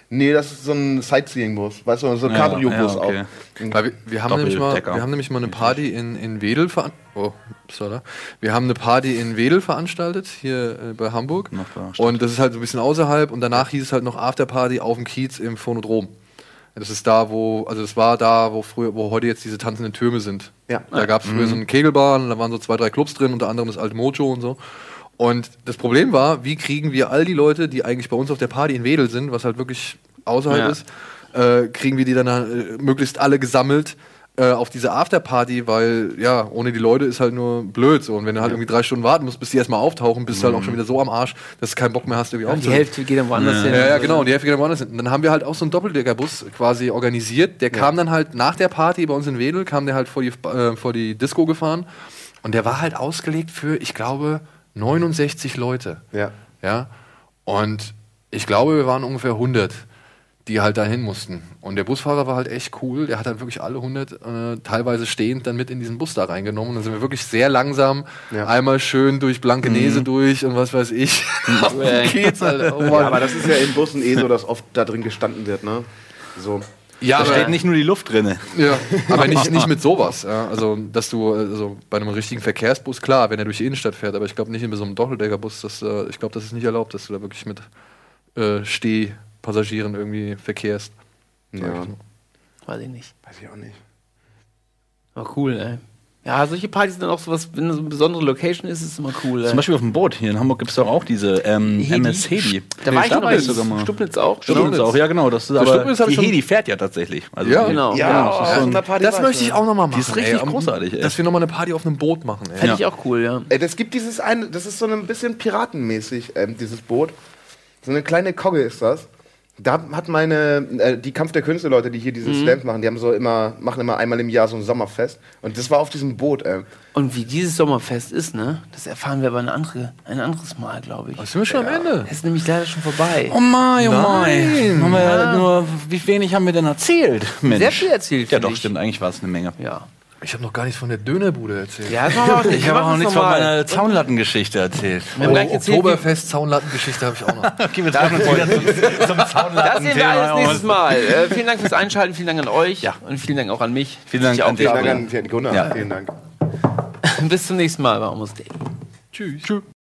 Nee, das ist so ein Sightseeing-Bus, weißt du, so ein Ja, Cabrio-Bus ja, okay. auch. Weil wir, wir, haben nämlich mal, Doppeldecker. wir haben nämlich mal eine Party in, in Wedel veranstaltet. Oh, sorry. Wir haben eine Party in Wedel veranstaltet, hier äh, bei Hamburg. Noch da, stimmt. Und das ist halt so ein bisschen außerhalb. Und danach hieß es halt noch Afterparty auf dem Kiez im Phonodrom. Das ist da, wo, also das war da, wo früher, wo heute jetzt diese tanzenden Türme sind. Ja. Da gab es früher so eine Kegelbahn, und da waren so zwei, drei Clubs drin, unter anderem das alte Mojo und so. Und das Problem war, wie kriegen wir all die Leute, die eigentlich bei uns auf der Party in Wedel sind, was halt wirklich außerhalb Ja. ist, äh, kriegen wir die dann äh, möglichst alle gesammelt äh, auf diese Afterparty, weil ja, ohne die Leute ist halt nur blöd so. Und wenn du halt irgendwie drei Stunden warten musst, bis die erstmal auftauchen, bist du halt auch schon wieder so am Arsch, dass du keinen Bock mehr hast, irgendwie Und die aufzuhören. Hälfte geht dann woanders hin. Ja, ja, genau. Und die Hälfte geht dann woanders hin. Und dann haben wir halt auch so einen Doppeldeckerbus quasi organisiert. Der kam dann halt nach der Party bei uns in Wedel, kam der halt vor die, äh, vor die Disco gefahren. Und der war halt ausgelegt für, ich glaube, neunundsechzig Leute. Ja. Ja. Und ich glaube, wir waren ungefähr hundert, die halt dahin mussten. Und der Busfahrer war halt echt cool. Der hat halt wirklich alle hundert äh, teilweise stehend dann mit in diesen Bus da reingenommen. Und dann sind wir wirklich sehr langsam Ja. einmal schön durch Blankenese durch und was weiß ich. Auf dem Kiez, Alter. Oh Mann. Ja, aber das ist ja in Bussen eh so, dass oft da drin gestanden wird, ne? So. Ja, Da aber, steht nicht nur die Luft drin. ja, aber nicht, nicht mit sowas. Ja. Also, dass du also bei einem richtigen Verkehrsbus, klar, wenn er durch die Innenstadt fährt, aber ich glaube nicht in so einem Doppeldeckerbus, dass, äh, ich glaube, das ist nicht erlaubt, dass du da wirklich mit äh, Stehpassagieren irgendwie verkehrst. Ja. Weiß ich nicht. Weiß ich auch nicht. Aber cool, ey. Ja, solche Partys sind dann auch sowas, wenn so eine besondere Location ist, ist es immer cool. Ey. Zum Beispiel auf dem Boot. Hier in Hamburg gibt es doch auch diese ähm, Hedi. M S Hedi. Da war ich noch war bei ich sogar mal. Stuppnitz auch. Stuppnitz auch, ja genau. Das ist aber Stuppnitz hab die ich schon- Hedi fährt ja tatsächlich. Also Ja, die- genau. Ja, das ist auf so ein- einer Party Das war möchte ich ja. auch nochmal machen. Die ist richtig ey. großartig, ey. Dass wir nochmal eine Party auf einem Boot machen. Ey. Fände ich auch cool, ja. Äh, Das gibt dieses eine, das ist so ein bisschen piratenmäßig, ähm, dieses Boot. So eine kleine Kogge ist das. Da hat meine, äh, die Kampf der Künste-Leute, die hier diese Slams machen, die haben so immer, machen immer einmal im Jahr so ein Sommerfest. Und das war auf diesem Boot, ey. Und wie dieses Sommerfest ist, ne? Das erfahren wir aber eine andere, ein anderes Mal, glaube ich. Was sind wir schon am Ende? Das ist nämlich leider schon vorbei. Oh mein, oh Nein. mein. Haben wir ja nur, wie wenig haben wir denn erzählt? Mensch. Sehr viel erzählt, Ja finde doch, ich. stimmt. Eigentlich war es eine Menge. Ja. Ich habe noch gar nichts von der Dönerbude erzählt. Ja, das machen wir auch nicht. Ich Wir habe machen auch das nichts von nochmal. meiner Zaunlattengeschichte erzählt. Wir haben gleich erzählt, wie- Oktoberfest, Zaunlattengeschichte habe ich auch noch. Okay, wir treffen uns wieder zum, zum Das Zaunlatten. sehen wir alles nächstes Mal. Äh, vielen Dank fürs Einschalten, vielen Dank an euch Ja. und vielen Dank auch an mich. Vielen Dank Ich auch an dich. Vielen wieder Dank an Gunnar. Ja. Vielen Dank. Bis zum nächsten Mal bei Almost Daily. Tschüss.